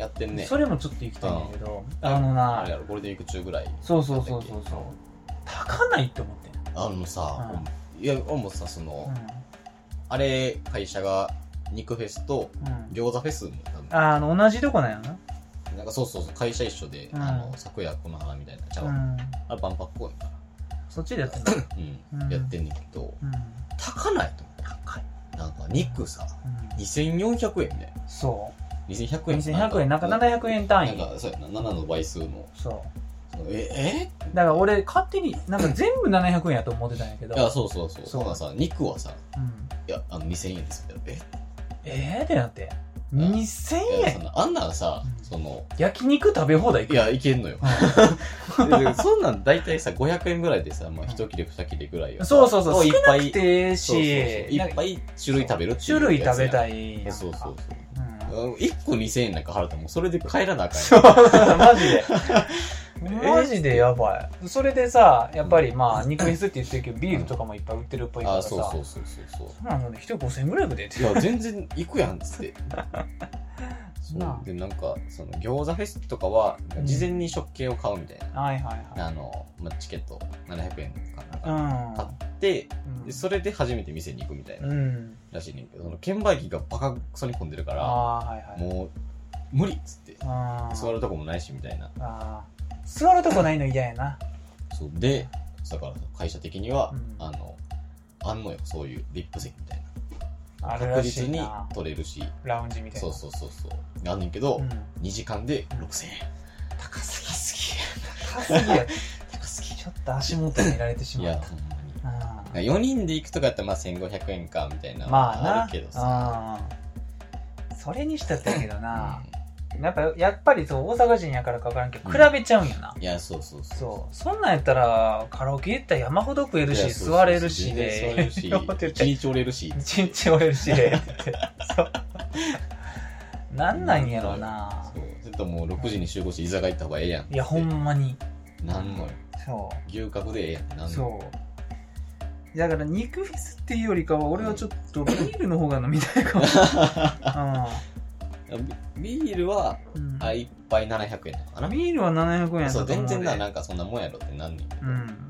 Speaker 2: やってんね。
Speaker 1: それもちょっと行きたいんだけど、うん、あのな
Speaker 2: あれやろゴールデンウィーク中ぐらい。
Speaker 1: そうそうそうそうそう。高ないって思ってん。
Speaker 2: あのさ、うん、いや俺もさその、うん、あれ会社が肉フェスと餃子フェスも多分、
Speaker 1: うん、ああの同じとこなんやな。
Speaker 2: なんかそうそうそう会社一緒で、うん、あの昨夜この花みたいなちゃう、うん、あれ万博公園かな。
Speaker 1: そっちでやってんの
Speaker 2: うん、うん、やってんねんけど、うん、高ないと思う。高い。なんか肉さ、うん、にせんよんひゃくえんで。
Speaker 1: そう。
Speaker 2: にせんひゃくえん。
Speaker 1: にせんひゃくえんなんかななひゃくえん単位。
Speaker 2: なんかそうやなななの倍数の。
Speaker 1: そう。
Speaker 2: ええ
Speaker 1: だから俺勝手になんか全部ななひゃくえんやと思ってたんやけど。
Speaker 2: いやそうそうそう。そうださ肉はさ、うん、いやあのにせんえんですみたいな。え
Speaker 1: えーってなって。にせんえん
Speaker 2: あんなんさ、うん、その
Speaker 1: 焼肉食べ放題い
Speaker 2: くいやいけんのよそんなん大体さごひゃくえんぐらいでさ、まあ、いち切れに切れぐらいは
Speaker 1: そうそうそう
Speaker 2: いっぱい
Speaker 1: 少なくてしそうそうそう
Speaker 2: いっぱい種類食べるっていう
Speaker 1: 種類食べたい
Speaker 2: そうそうそう、うん、いっこにせんえんなんか払ったらもうそれで帰らなあかん
Speaker 1: そうマジでマジでやばい。それでさ、やっぱりまあ、肉フェスって言ってるけど、ビールとかもいっぱい売ってるっぽいからさ。
Speaker 2: あ、そうそうそうそうそう。
Speaker 1: そんなのね、一人ごせんえんぐらいでって。
Speaker 2: いや、全然行くやんっつって。そうで、なんか、その、餃子フェスとかは、事前に食券を買うみたいな。
Speaker 1: はいはいはい。
Speaker 2: あの、まあ、チケットななひゃくえんかなんか買って、で、それで初めて店に行くみたいな。らしいねんけど、その、券売機がバカクソに混んでるから、もう、無理っつって。座るとこもないしみたいな。
Speaker 1: 座るとこないの嫌やな。
Speaker 2: そうで、だから会社的には、うん、あの、あんのよ、そういうリップ席みたいな。あるらしいな。確実に取れるし。
Speaker 1: ラウンジみたいな。
Speaker 2: そうそうそうそう。あんねんけど、うん、にじかんでろくせんえん。
Speaker 1: 高すぎすぎ。高すぎや。高すぎ。ちょっと足元に見られてしまった。いや、ほ
Speaker 2: んまに。よにんで行くとかやったらまあせんごひゃくえんかみたいなのがあるけどさ。
Speaker 1: まあな。それにしたってやけどな。うんやっぱ、やっぱりそう、大阪人やからか分からんけど、比べちゃうんやな。
Speaker 2: いや、そうそうそう。
Speaker 1: そう。そんなんやったら、カラオケ行ったら山ほど食えるし、座れるしで。
Speaker 2: 座れるし、一日折れるし。
Speaker 1: 一日折れるしで。そう。なんなんやろうな。
Speaker 2: そう。ちょっともうろくじに集合して居酒屋行った方がええやん。
Speaker 1: いや、ほんまに。
Speaker 2: なんのよ。
Speaker 1: そう。
Speaker 2: 牛角でええやんってなんのよ。
Speaker 1: そう。だから肉フェスっていうよりかは、俺はちょっとビールの方が飲みたいかも。うん
Speaker 2: ビールは、うん、あ一杯ななひゃくえんとかかな。
Speaker 1: ビールはななひゃくえんやった
Speaker 2: と思う。そう、全然な、なんかそんなもんやろってなんねん。
Speaker 1: うん、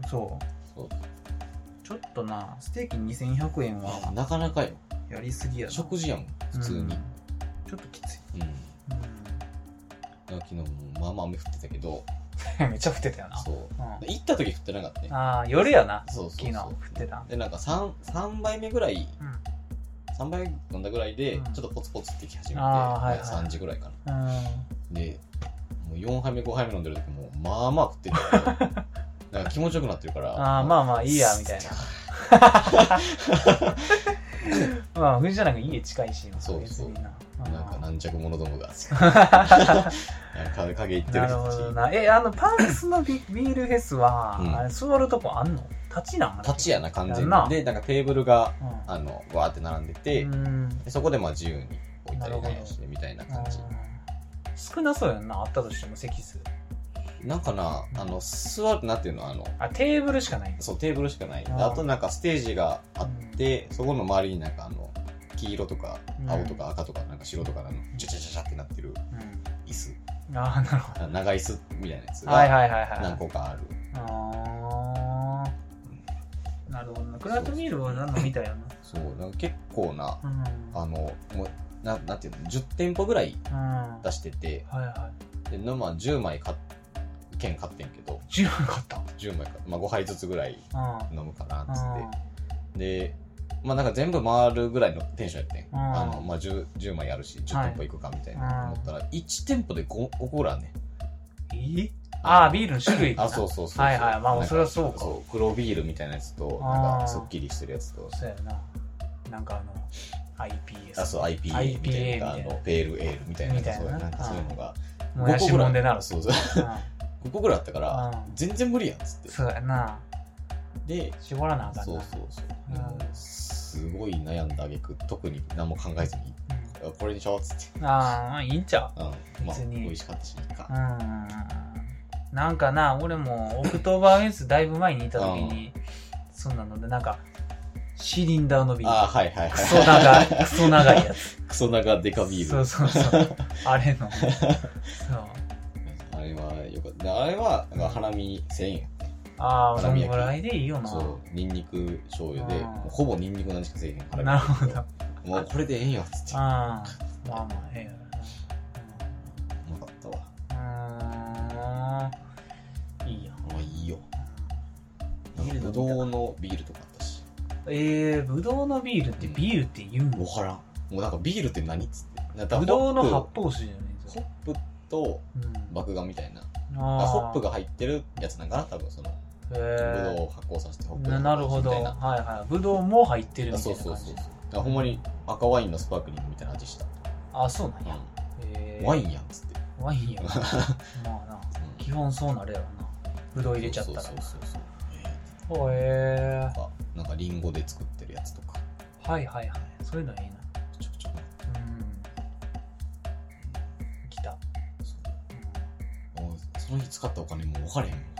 Speaker 1: そう。そう。ちょっとな、ステーキにせんひゃくえんは。
Speaker 2: なかなかよ。
Speaker 1: やりすぎやな。
Speaker 2: 食事やもん、普通に。うん、ちょ
Speaker 1: っときつい。うん。
Speaker 2: うん、昨日もまあまあ雨降ってたけど。
Speaker 1: めっちゃ降ってたよな。
Speaker 2: そう。うん、行った時降ってなかったね。
Speaker 1: ああ、夜やな。
Speaker 2: そうそうそう。
Speaker 1: 昨日降ってた。
Speaker 2: で、なんか 3, 3杯目ぐらい、うんさんばい飲んだぐらいで、ちょっとポツポツってき始めて、うんはいはい、さんじぐらいかな、うん、でもうよんはいめごはいめ飲んでる時もうまあまあ食ってるからなんか気持ちよくなってるから
Speaker 1: あまあまあいいやみたいなまあ藤田なんか家近いし
Speaker 2: そうそうななんか軟弱者どもが影行ってる人たち
Speaker 1: なるほどなえあのパンスの ビ, ビールフェスは、うん、あれ座るとこあんの立ちなん
Speaker 2: 立ちやな完全にでなんかテーブルが、うん、あのわーって並んでてでそこでまあ自由に置いたりないしみたいな感じ
Speaker 1: 少なそうやんなあったとしても席数
Speaker 2: なんかなあの座るなんていうのあの
Speaker 1: あテーブルしかない
Speaker 2: そうテーブルしかないあとなんかステージがあって、うん、そこの周りになんかあの黄色とか青とか赤とかなんか白とかのチャチャチャチャってなってる椅子、
Speaker 1: うん、あなるほど
Speaker 2: 長椅子みたいなやつが何個かある
Speaker 1: ああなるほどな。クラフトビールは何のみたいやな。
Speaker 2: そう、なんか結構な、うん、あの、もう、ななんていうの、じゅってんぽぐらい出してて、うん、はいはい。で、まあ、じゅうまい買っ、券買ってんけど、
Speaker 1: じゅうまい買った ?
Speaker 2: じゅうまい買った。まあ、ごはいずつぐらい飲むかな、つって。で、まあ、なんか全部回るぐらいのテンションやってん。あの、まあ10、じゅうまいあるし、じゅってんぽ行くかみたいな思ったら、いち店舗で ご, ご個ぐらいあんねん。
Speaker 1: えああ、ビールの種類
Speaker 2: あ、そうそうそう。
Speaker 1: はいはい。まあ、それはそうか。
Speaker 2: そう、黒ビールみたいなやつと、なんか、すっきりしてるやつと。
Speaker 1: そうやな。なんかあの、アイピーエー
Speaker 2: あ、そう、アイピーエー みたいな、あの、ペールエールみたいな、そういうなんかそういうのが。
Speaker 1: もやしもんでなる。
Speaker 2: そうそう。ごこぐらいあったから、全然無理やん、つって。
Speaker 1: そうやな。
Speaker 2: で、
Speaker 1: 絞らなあかんな。
Speaker 2: そうそうそう。すごい悩んだ挙句、特に何も考えずに、 これにしようっつって。
Speaker 1: ああ、いいんちゃ
Speaker 2: う。うん。まあ、美味しかったし、いいか。
Speaker 1: うん。なんかな、俺もオクトーバーフェスだいぶ前にいた時に、そんなので、なんか、シリンダーのビール。
Speaker 2: ああ、はいはいはい。
Speaker 1: クソ長い、クソ長いやつ。
Speaker 2: クソ長デカビール。
Speaker 1: そうそうそう。あれの。そう。
Speaker 2: あれはよかった。あれは、なんか花見せんえんやって。
Speaker 1: ああ、そんぐらいでいいよな。
Speaker 2: そう、ニンニク醤油で、ほぼニンニクなんしかせえへんから。
Speaker 1: なるほど。
Speaker 2: もうこれでええんよ、つって。
Speaker 1: ああ、まあまあ、ええやろ
Speaker 2: な。うまかった
Speaker 1: わ。うーん。いいやん。
Speaker 2: まあいいよ。ぶどうのビールとかあったし。
Speaker 1: ええー、ぶどうのビールってビールって言うの？
Speaker 2: わからん。もうなんかビールって何っつって。
Speaker 1: ぶどうの発泡酒じゃない
Speaker 2: ですか。ホップと麦芽みたいな。
Speaker 1: あ
Speaker 2: ホップが入ってるやつなんかな、多分その。ぶどうを発酵させてホップが
Speaker 1: なるほど。はいはい。ぶどうも入ってるみたいな感じ。
Speaker 2: そうそうそうそう。ほんまに赤ワインのスパークリングみたいな味した。
Speaker 1: あ、そうなんや。
Speaker 2: うん、ワインやんっつって。
Speaker 1: ワインやん。まあな、うん、基本そうなるやろな。ぶどう入れちゃったら。そうそうそうそう。へえー。
Speaker 2: なんかリンゴで作ってるやつとか。
Speaker 1: はいはいはい。そういうのいいな。
Speaker 2: ちょちょ。
Speaker 1: うん。来た。
Speaker 2: そう。うん、その日使ったお金も分かれへんもん。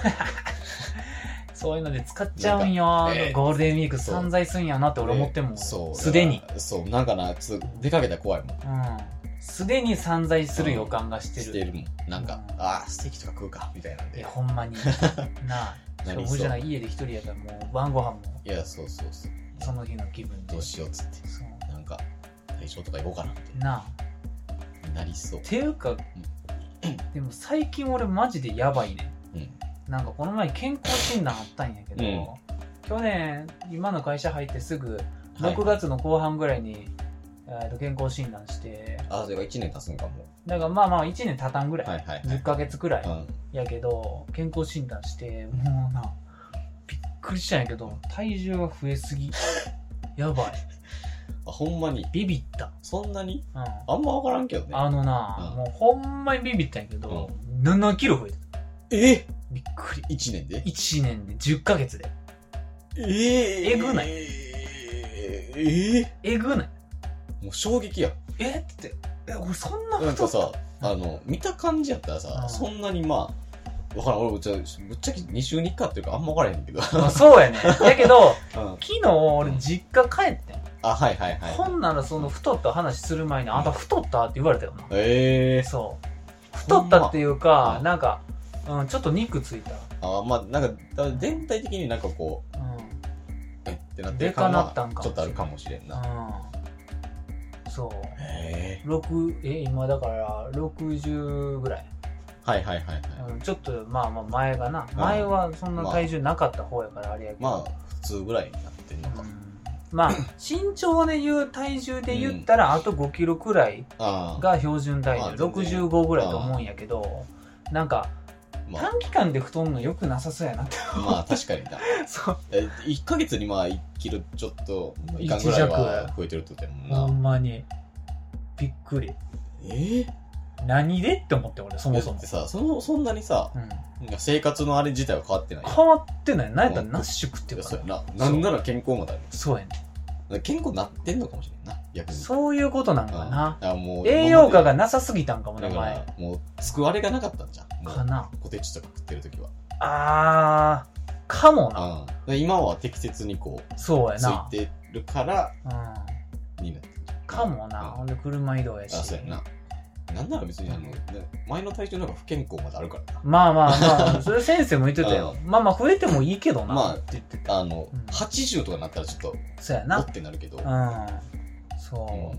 Speaker 1: そういうので使っちゃうんよ、えー、ゴールデンウィーク散財すんやなって俺思ってもすでに
Speaker 2: そうなんかなつ出かけたら怖いもん
Speaker 1: すで、うん、に散財する予感がしてる、
Speaker 2: うん、してるもんなんか、うん、ああステーキとか食うかみたいなんで
Speaker 1: いやほんまになあ食じゃない家で一人やったらもう晩ご飯も
Speaker 2: いやそうそうそう
Speaker 1: その日の気分で
Speaker 2: どうしようっつってそうなんか大将とか行こうかなって
Speaker 1: な
Speaker 2: あなりそう
Speaker 1: っていうか、うん、でも最近俺マジでやばいねうんなんかこの前健康診断あったんやけど、うん、去年今の会社入ってすぐろくがつの後半ぐらいに、はい、えー、と健康診断して
Speaker 2: あそれがいちねん経つんかも
Speaker 1: だからまあまあいちねん経たんぐらい、
Speaker 2: はいはいはい、
Speaker 1: じゅっかげつくらいやけど、うん、健康診断してもうなびっくりしたんやけど体重が増えすぎやばい
Speaker 2: あほんまに
Speaker 1: ビビった
Speaker 2: そんなに、
Speaker 1: うん、
Speaker 2: あんま分からんけどね
Speaker 1: あのな、うん、もうほんまにビビったんやけど、うん、ななキロ増えてた
Speaker 2: え
Speaker 1: びっくり
Speaker 2: いちねんで
Speaker 1: いちねんでじゅっかげつで
Speaker 2: えー、
Speaker 1: えぐない
Speaker 2: えー、
Speaker 1: えぐない
Speaker 2: もう衝撃や
Speaker 1: えってえ俺そんな太った
Speaker 2: なんかさあの見た感じやったらさ、うん、そんなにまあわからん俺ぶっちゃけに週にいっかっていうかあんま分からへんけど
Speaker 1: そうやねだけど、うん、昨日俺実家帰ってん
Speaker 2: あはいはいはい
Speaker 1: ほんならその太った話する前に、うん、あんた太ったって言われたよな
Speaker 2: へえー、
Speaker 1: そう太ったっていうか、うん、なんかうん、ちょっと肉ついた。
Speaker 2: ああ、まあ、なんか、全体的になんかこう、うん、えってなってる
Speaker 1: 感はち
Speaker 2: ょっとあるかもしれんな。
Speaker 1: うん、そう。
Speaker 2: へ
Speaker 1: え。ろく、え、今だからろくじゅうぐらい。
Speaker 2: はいはいはいはい。
Speaker 1: うん、ちょっと、まあまあ前がな。前はそんな体重なかった方やからあれやけど。
Speaker 2: まあ、普通ぐらいになってんのか。うん、
Speaker 1: まあ、身長で言う体重で言ったら、あとごキロくらいが標準体重。ろくじゅうごぐらいと思うんやけど、なんか、まあ、短期間で太んのよくなさそうやなって
Speaker 2: まあ確かになそうえいっかげつにまあいっキロちょっといかんぐらいは増えてるって言ってもんな
Speaker 1: ほんまにびっくり
Speaker 2: えー、
Speaker 1: 何でって思って俺そもそも
Speaker 2: ってさ そ, そんなにさ、うん、生活のあれ自体は変わってない
Speaker 1: 変わってない何やったらナッシュ食ってるから
Speaker 2: ななんなら健康もだる
Speaker 1: そうやね
Speaker 2: 健康なってんのかもしれんな逆に
Speaker 1: そういうことなんかな
Speaker 2: あもう
Speaker 1: 栄養価がなさすぎたんかもね前
Speaker 2: もう救われがなかったんじゃん
Speaker 1: かな
Speaker 2: ポテチとか食ってる時は
Speaker 1: あーかもな、
Speaker 2: うん、今は適切にこう
Speaker 1: そうやな
Speaker 2: ついてるから、
Speaker 1: うん、
Speaker 2: になってる
Speaker 1: かもな、うん、ほんで車移動やし
Speaker 2: あそうやななんなら別にあの、ね、前の体重の方が不健康まであるからな
Speaker 1: まあまあまあそれ先生も言ってたよまあまあ増えてもいいけどな、
Speaker 2: まあ、
Speaker 1: って言ってた
Speaker 2: あの、うん、はちじゅうとかなったらちょっと
Speaker 1: そうやな
Speaker 2: おってなるけどうん
Speaker 1: そう、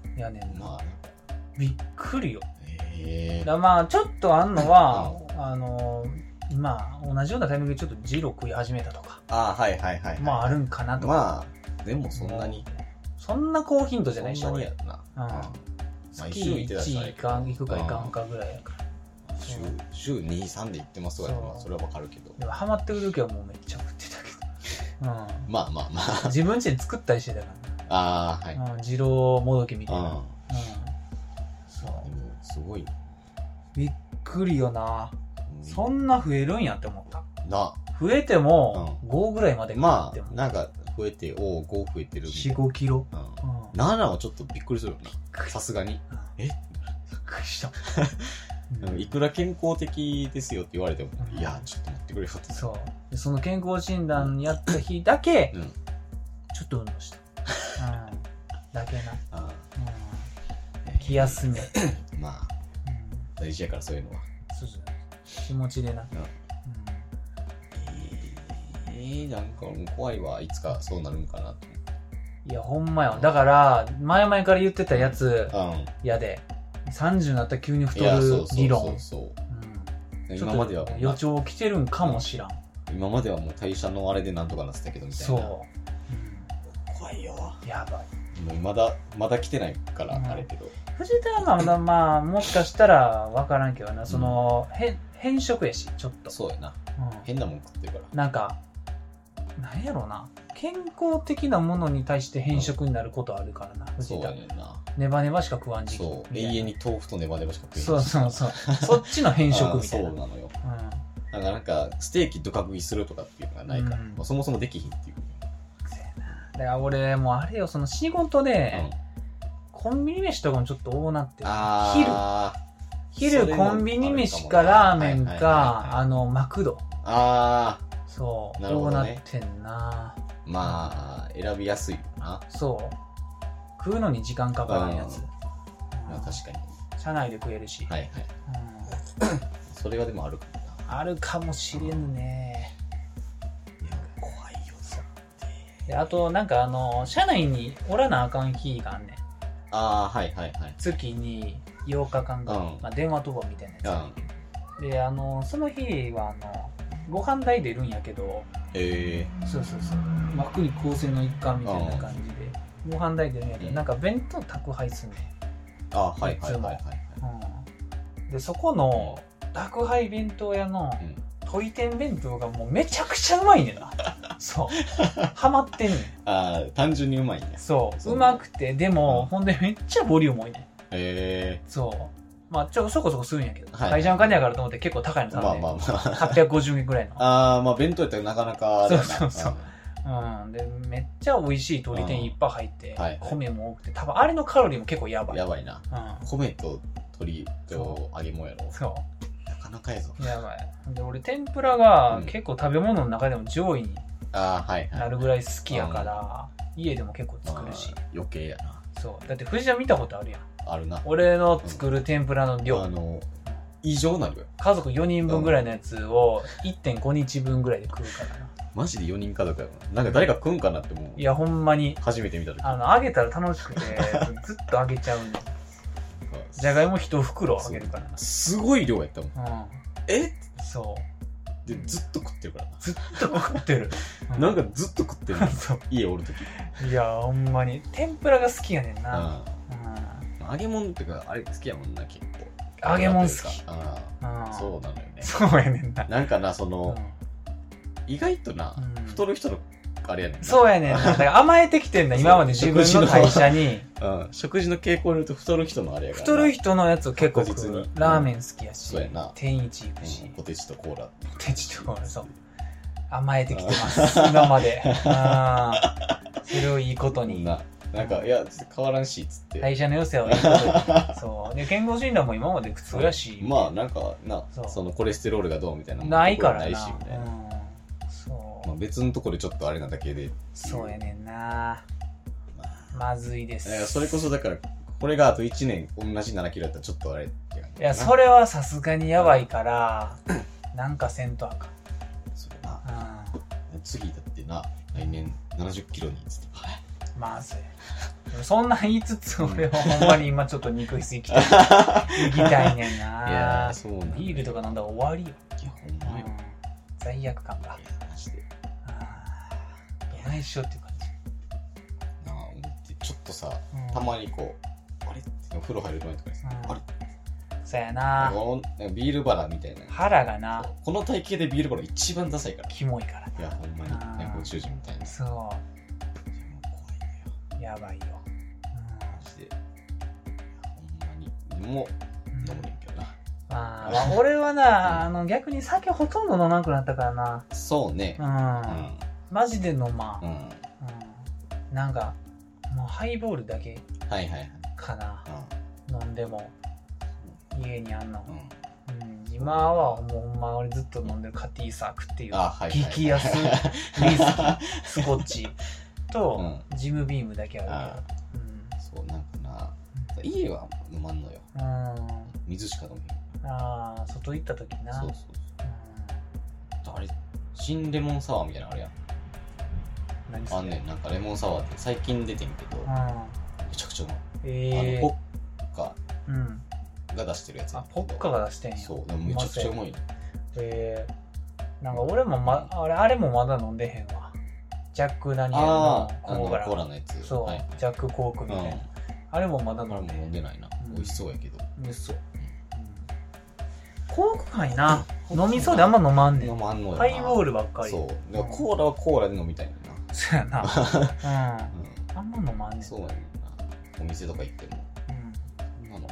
Speaker 1: うん、やねんな、
Speaker 2: まあ、
Speaker 1: びっくりよ
Speaker 2: へえ
Speaker 1: だまあちょっとあんのは、うん、あのまあ同じようなタイミングでちょっとジロ食い始めたとか
Speaker 2: あはいはいはい、はい、
Speaker 1: まああるんかなとか
Speaker 2: まあでもそんなにそ
Speaker 1: んな高頻度じゃない
Speaker 2: そんなにやな、
Speaker 1: うん
Speaker 2: まあ、
Speaker 1: 月いちいかん行くか行かんかぐらいやから
Speaker 2: 週、週に、さんで行ってますわね、まあ、それはわかるけど
Speaker 1: でもハマってる時はもうめっちゃ食ってたけど、うん、
Speaker 2: まあまあまあ
Speaker 1: 自分家で作ったりしてたから
Speaker 2: ああはい、
Speaker 1: うん、二郎もどきみたいな、うん、
Speaker 2: そうでもすごい
Speaker 1: びっくりよな、うん、そんな増えるんやって思った
Speaker 2: な
Speaker 1: 増えてもごぐらいまで
Speaker 2: まあなんか増えておおご増えてる
Speaker 1: よん、ごキロ、
Speaker 2: うん、 ななはちょっとびっくりするよな。さすがに。え？びっ
Speaker 1: くりした。
Speaker 2: いくら健康的ですよって言われても、うん、いや、ちょっと待ってくれよって。
Speaker 1: そう。でその健康診断やった日だけ、うん、ちょっと運動した。うん、だけな。あうん、気休め。
Speaker 2: まあ、うん、大事やからそういうのは。そうそう。
Speaker 1: 気持ちでな。うん
Speaker 2: えー、なんか怖いわ。いつかそうなるんかなと。
Speaker 1: いや、ほんまよ。だから、前々から言ってたやつ、やで。さんじゅうになったら急に太る理論。そうそうそう、うん、今までは予兆来てるんかもしらん。
Speaker 2: 今まではもう代謝のあれでなんとかなってたけどみたいな。そう、うん、怖いよ。
Speaker 1: やば
Speaker 2: い。まだまだ来てないからあれけど、うん、
Speaker 1: 藤田はまだまあもしかしたら分からんけどな、その、うん、変変色やしちょっと
Speaker 2: そうやな、うん、変なもん食ってるから
Speaker 1: なんかなんやろうな、健康的なものに対して変色になることあるからな、うん、藤田。そうやねんな。ネバネバしか食わん時期。
Speaker 2: そう。永遠に豆腐とネバネバしか食え
Speaker 1: ない。そうそうそう。そっちの変色みたいな。
Speaker 2: そうなのよ。うん。だからなんか、ステーキドカ食いするとかっていうのがないから、うんまあ、そもそもできひんっていう。
Speaker 1: そうやな。だから俺、もうあれよ、その仕事で、うん、コンビニ飯とかもちょっと多なってる。あ昼。昼コンビニ飯かラーメンか、あの、マクド。ああ。そう。なるほどね。こうなってんな。
Speaker 2: まあ、選びやすいよな。
Speaker 1: そう。食うのに時間かからんやつ。
Speaker 2: まあ確かに。
Speaker 1: 車内で食えるし。はいはい。
Speaker 2: うん、それがでもあるかも
Speaker 1: な。あるかもしれんね。
Speaker 2: いや、怖いよさ。
Speaker 1: で、あと、なんかあの、車内におらなあかん日があんねん。
Speaker 2: ああ、はいはいはい。
Speaker 1: 月にようかかんぐらい。うん、まあ電話当番みたいなやつ、うん。で、あの、その日はあの、ご飯代出るんやけど、ええー。そうそうそう。まあ、福利厚生の一環みたいな感じで。ご飯代出るんやけど、うん、なんか弁当宅配すんねん。
Speaker 2: ああ、はいはいはいはい、はい
Speaker 1: うん。で、そこの宅配弁当屋の鶏天弁当がもうめちゃくちゃうまいねんな。そう。ハマってんねん。
Speaker 2: ああ、単純にうまいね。
Speaker 1: そう。そううまくて、でも、うん、ほんでめっちゃボリューム多いねん。へ
Speaker 2: えー。
Speaker 1: そう。まあ、ちょ、そこそこするんやけど。はい、会社の金やからと思って結構高いの頼んで。まあまあまあ。はっぴゃくごじゅうえんぐらいの。
Speaker 2: ああ、まあ弁当やったらなかなか。
Speaker 1: そうそうそう。うん、でめっちゃ美味しい鶏天いっぱい入って、うんはいはい、米も多くて多分あれのカロリーも結構やばい
Speaker 2: やばいな、うん、米と鶏と揚げ物やろそうなかなかやぞ
Speaker 1: やばいで俺天ぷらが結構食べ物の中でも上位になるぐらい好きやから、うん、家でも結構作るし
Speaker 2: 余計やな
Speaker 1: そうだって藤田見たことあるやん
Speaker 2: あるな
Speaker 1: 俺の作る天ぷらの量、うん、あの
Speaker 2: 異常なるよ
Speaker 1: 家族よにんぶんぐらいのやつを いってんごにちぶんぐらいで食うからな
Speaker 2: マジでよにん家族やもん。なんか誰か食うんかなって思う。
Speaker 1: いや、ほんまに。
Speaker 2: 初めて見た時。
Speaker 1: あの、揚げたら楽しくて、ずっと揚げちゃうの。じゃがいも一袋揚げるからな。
Speaker 2: すごい量やったもん。うん、え
Speaker 1: そ
Speaker 2: う。で、ずっと食ってるからな。
Speaker 1: ずっと食ってる。
Speaker 2: うん、なんかずっと食ってるの。そう。家おる時。
Speaker 1: いや、ほんまに。天ぷらが好きやねんな。
Speaker 2: うん。揚げ物ってか、あれ好きやもんな、結構。
Speaker 1: 揚げ物好き。
Speaker 2: ああ。そうなのよね。
Speaker 1: そうやねんな。
Speaker 2: なんかな、その、うん意外とな、うん、太る人のあれやねんな。
Speaker 1: そうやねんな。だから甘えてきてんだ、今まで自分の代謝に。
Speaker 2: うん。食事の傾向によると太る人のあれやから。
Speaker 1: 太る人のやつを結構食う。ラーメン好きやし。そうやな。天一行くし、うん。
Speaker 2: ポテチとコーラ。
Speaker 1: ポテチとコーラ、そう。甘えてきてます、今まで。あそれをいいことに。
Speaker 2: な、なんか、いや、変わらんし、つって。
Speaker 1: 代謝の良さをいいことに。そう。で、健康診断も今まで普通やし。
Speaker 2: まあ、なんか、な、そのコレステロールがどうみたいな。
Speaker 1: ないからな。
Speaker 2: ないし、みたいな。まあ、別のところでちょっとあれなだけで
Speaker 1: そうやねんな、まあ、まずいです。
Speaker 2: それこそだからこれがあといちねん同じななキロだったらちょっとあれって
Speaker 1: いやそれはさすがにやばいからなんかせんとあかん
Speaker 2: それな、うん、次だってな来年ななじゅっキロにつって
Speaker 1: まずいそんなん言いつつ俺はほんまに今ちょっと肉質行きたい行きたいねんな。いやそうなんだ、ね、ビールとかなんだ終わりよ。いやほんまよ、うん、罪悪感が。いやマジでどないしようっていう感じ
Speaker 2: なあ。ちょっとさ、うん、たまにこうあれって風呂入る前とかにさ、うん、あれ
Speaker 1: そうやな
Speaker 2: ビールバラみたいな
Speaker 1: 腹がな
Speaker 2: この体型でビールバラ一番ダサいから
Speaker 1: キモいからな。
Speaker 2: いやほんまに宇宙人みたいな。
Speaker 1: そう怖いよやばいよ、
Speaker 2: うん、マジでほんまにもう飲むねんけどな、
Speaker 1: あまあ俺はな、あの逆に酒ほとんど飲まなくなったからな。
Speaker 2: そうね、
Speaker 1: うん、うん、マジで飲まん、うんうん、なんかもうハイボールだけ
Speaker 2: はいはいはい
Speaker 1: かな、うん、飲んでも家にあんの、うんうん、今はもうほんま俺ずっと飲んでるカティーサークっていう激安ウイスキースコッチとジムビームだけあるけど、
Speaker 2: うん、そうなんかな、うん、家は飲まんのよ、うん、水しか飲めへん。
Speaker 1: ああ外行った時な。そうそう
Speaker 2: そう、うん、あれ新レモンサワーみたいなのあるやん。何それあんねん、なんかレモンサワーって最近出てんけど、うん、めちゃくちゃうまい、えー、あのポッカが出してるやつやん。
Speaker 1: あ、ポッカが出してんや。
Speaker 2: そう、でもめちゃくちゃうまいね。
Speaker 1: えー、なんか俺もま、あれ、あれもまだ飲んでへんわ。ジャック・ダニエルの
Speaker 2: コーラ。コーラのやつ。
Speaker 1: そう、はい、ジャック・コークみたいな、うん、あれもまだ飲んでへん。
Speaker 2: あれも飲んでないな、うん、美味しそうやけど。
Speaker 1: 美味しそう、うん、コークかいな、飲みそうであんま飲まんねん。
Speaker 2: 飲まんのよな。
Speaker 1: ハイボールばっかり。
Speaker 2: そう、だからコーラはコーラで飲みたいねんな。
Speaker 1: そうやな、うん、あんま飲まんねん。
Speaker 2: そうやねんな、お店とか行っても、うん、そんなの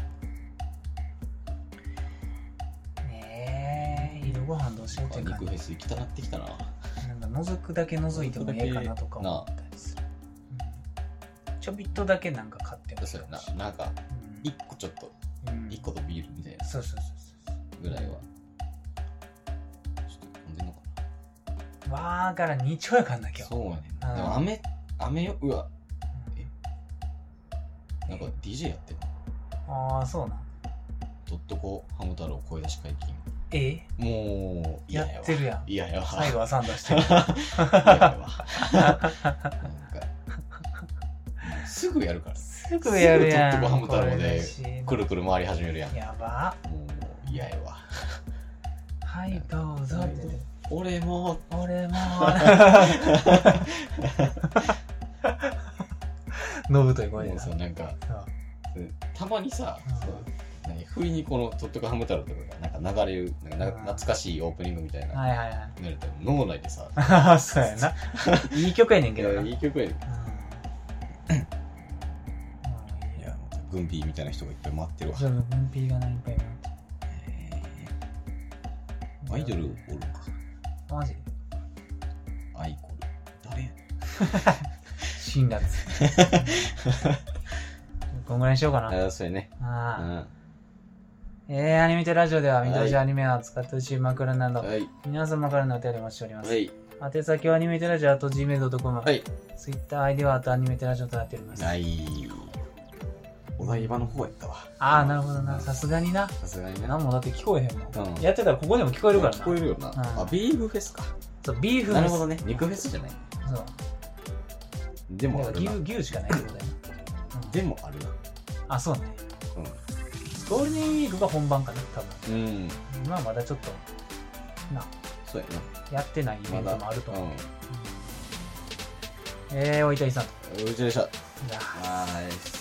Speaker 1: ねえ、昼ご飯どうしようっていう感じ。
Speaker 2: 肉フェス行きたなってきたな。
Speaker 1: なんか覗くだけ覗いてもええかなとか思ったりする、うん、ちょびっとだけなんか買ってもいいかもしれない。
Speaker 2: そうやな、なんか一個ちょっと、うん、一個とビールみたいな、
Speaker 1: そうそうそうそう
Speaker 2: ぐらいはちょっと飲んでんのか
Speaker 1: な。わーからにちょやかんな今日。
Speaker 2: そうやねん。でも雨雨よ、うわ、えなんか ディージェー やってん
Speaker 1: の。ああそうなん。
Speaker 2: とっとこハム太郎声出し解禁。
Speaker 1: え
Speaker 2: もう
Speaker 1: やってるやん。
Speaker 2: いやや
Speaker 1: 最後はサンダーしてる。
Speaker 2: なんかすぐやるから。
Speaker 1: すぐやるやん。
Speaker 2: とっとこハム太郎でくるくる回り始めるやん。
Speaker 1: やば。
Speaker 2: もう嫌やわ。
Speaker 1: はいどうぞ。
Speaker 2: 俺も
Speaker 1: 俺も。のぶとい声で。
Speaker 2: そうなんかたまにさ。不意にこのとっとこハム太郎とかがなんか流れるなんか懐かしいオープニングみたいな、はいはいはい、なると脳内でさ、
Speaker 1: ああそうやな、いい曲やねんけどな、
Speaker 2: いい曲やねん、うん、いや軍ピーみたいな人がいっぱい待ってるわ。
Speaker 1: そう軍ピーがないいっぱい待ってる、
Speaker 2: えー、アイドルおるんか。
Speaker 1: マジ
Speaker 2: アイコル誰やねん
Speaker 1: 辛辣こんぐらいにしようかな。
Speaker 2: ああそうやね。ああ、うん
Speaker 1: えー、アニメテラジオでは見通しアニメを扱ってほしい枕など、はい、皆様からのお便りをお待ちしております。はい、宛先はアニメテラジオ アットジーメールドットコム、はい、ツイッター アイディー はアニメテラジオとなっております。はい。
Speaker 2: お台場の方やったわ。
Speaker 1: ああ、なるほどな。さすがにな。
Speaker 2: さすがにな。
Speaker 1: なんもだって聞こえへんもん。うん、やってたらここでも聞こえるからな。
Speaker 2: 聞こえるよな。うん、あ、ビーフフェスか。
Speaker 1: そう、ビーフフェス。
Speaker 2: なるほどね。肉フェスじゃない。そう。でもあるな。
Speaker 1: 牛、牛しかないってことだよね。
Speaker 2: うん、でもあるな。
Speaker 1: あ、そうね。うん。ゴールデンウィークが本番かな、多分。うん。まあまだちょっと、な。
Speaker 2: そうや
Speaker 1: な。やってないイベントもあると思う。まうん、えー、おいたいさん。
Speaker 2: おいたいでした。
Speaker 1: じゃあ。
Speaker 2: はい。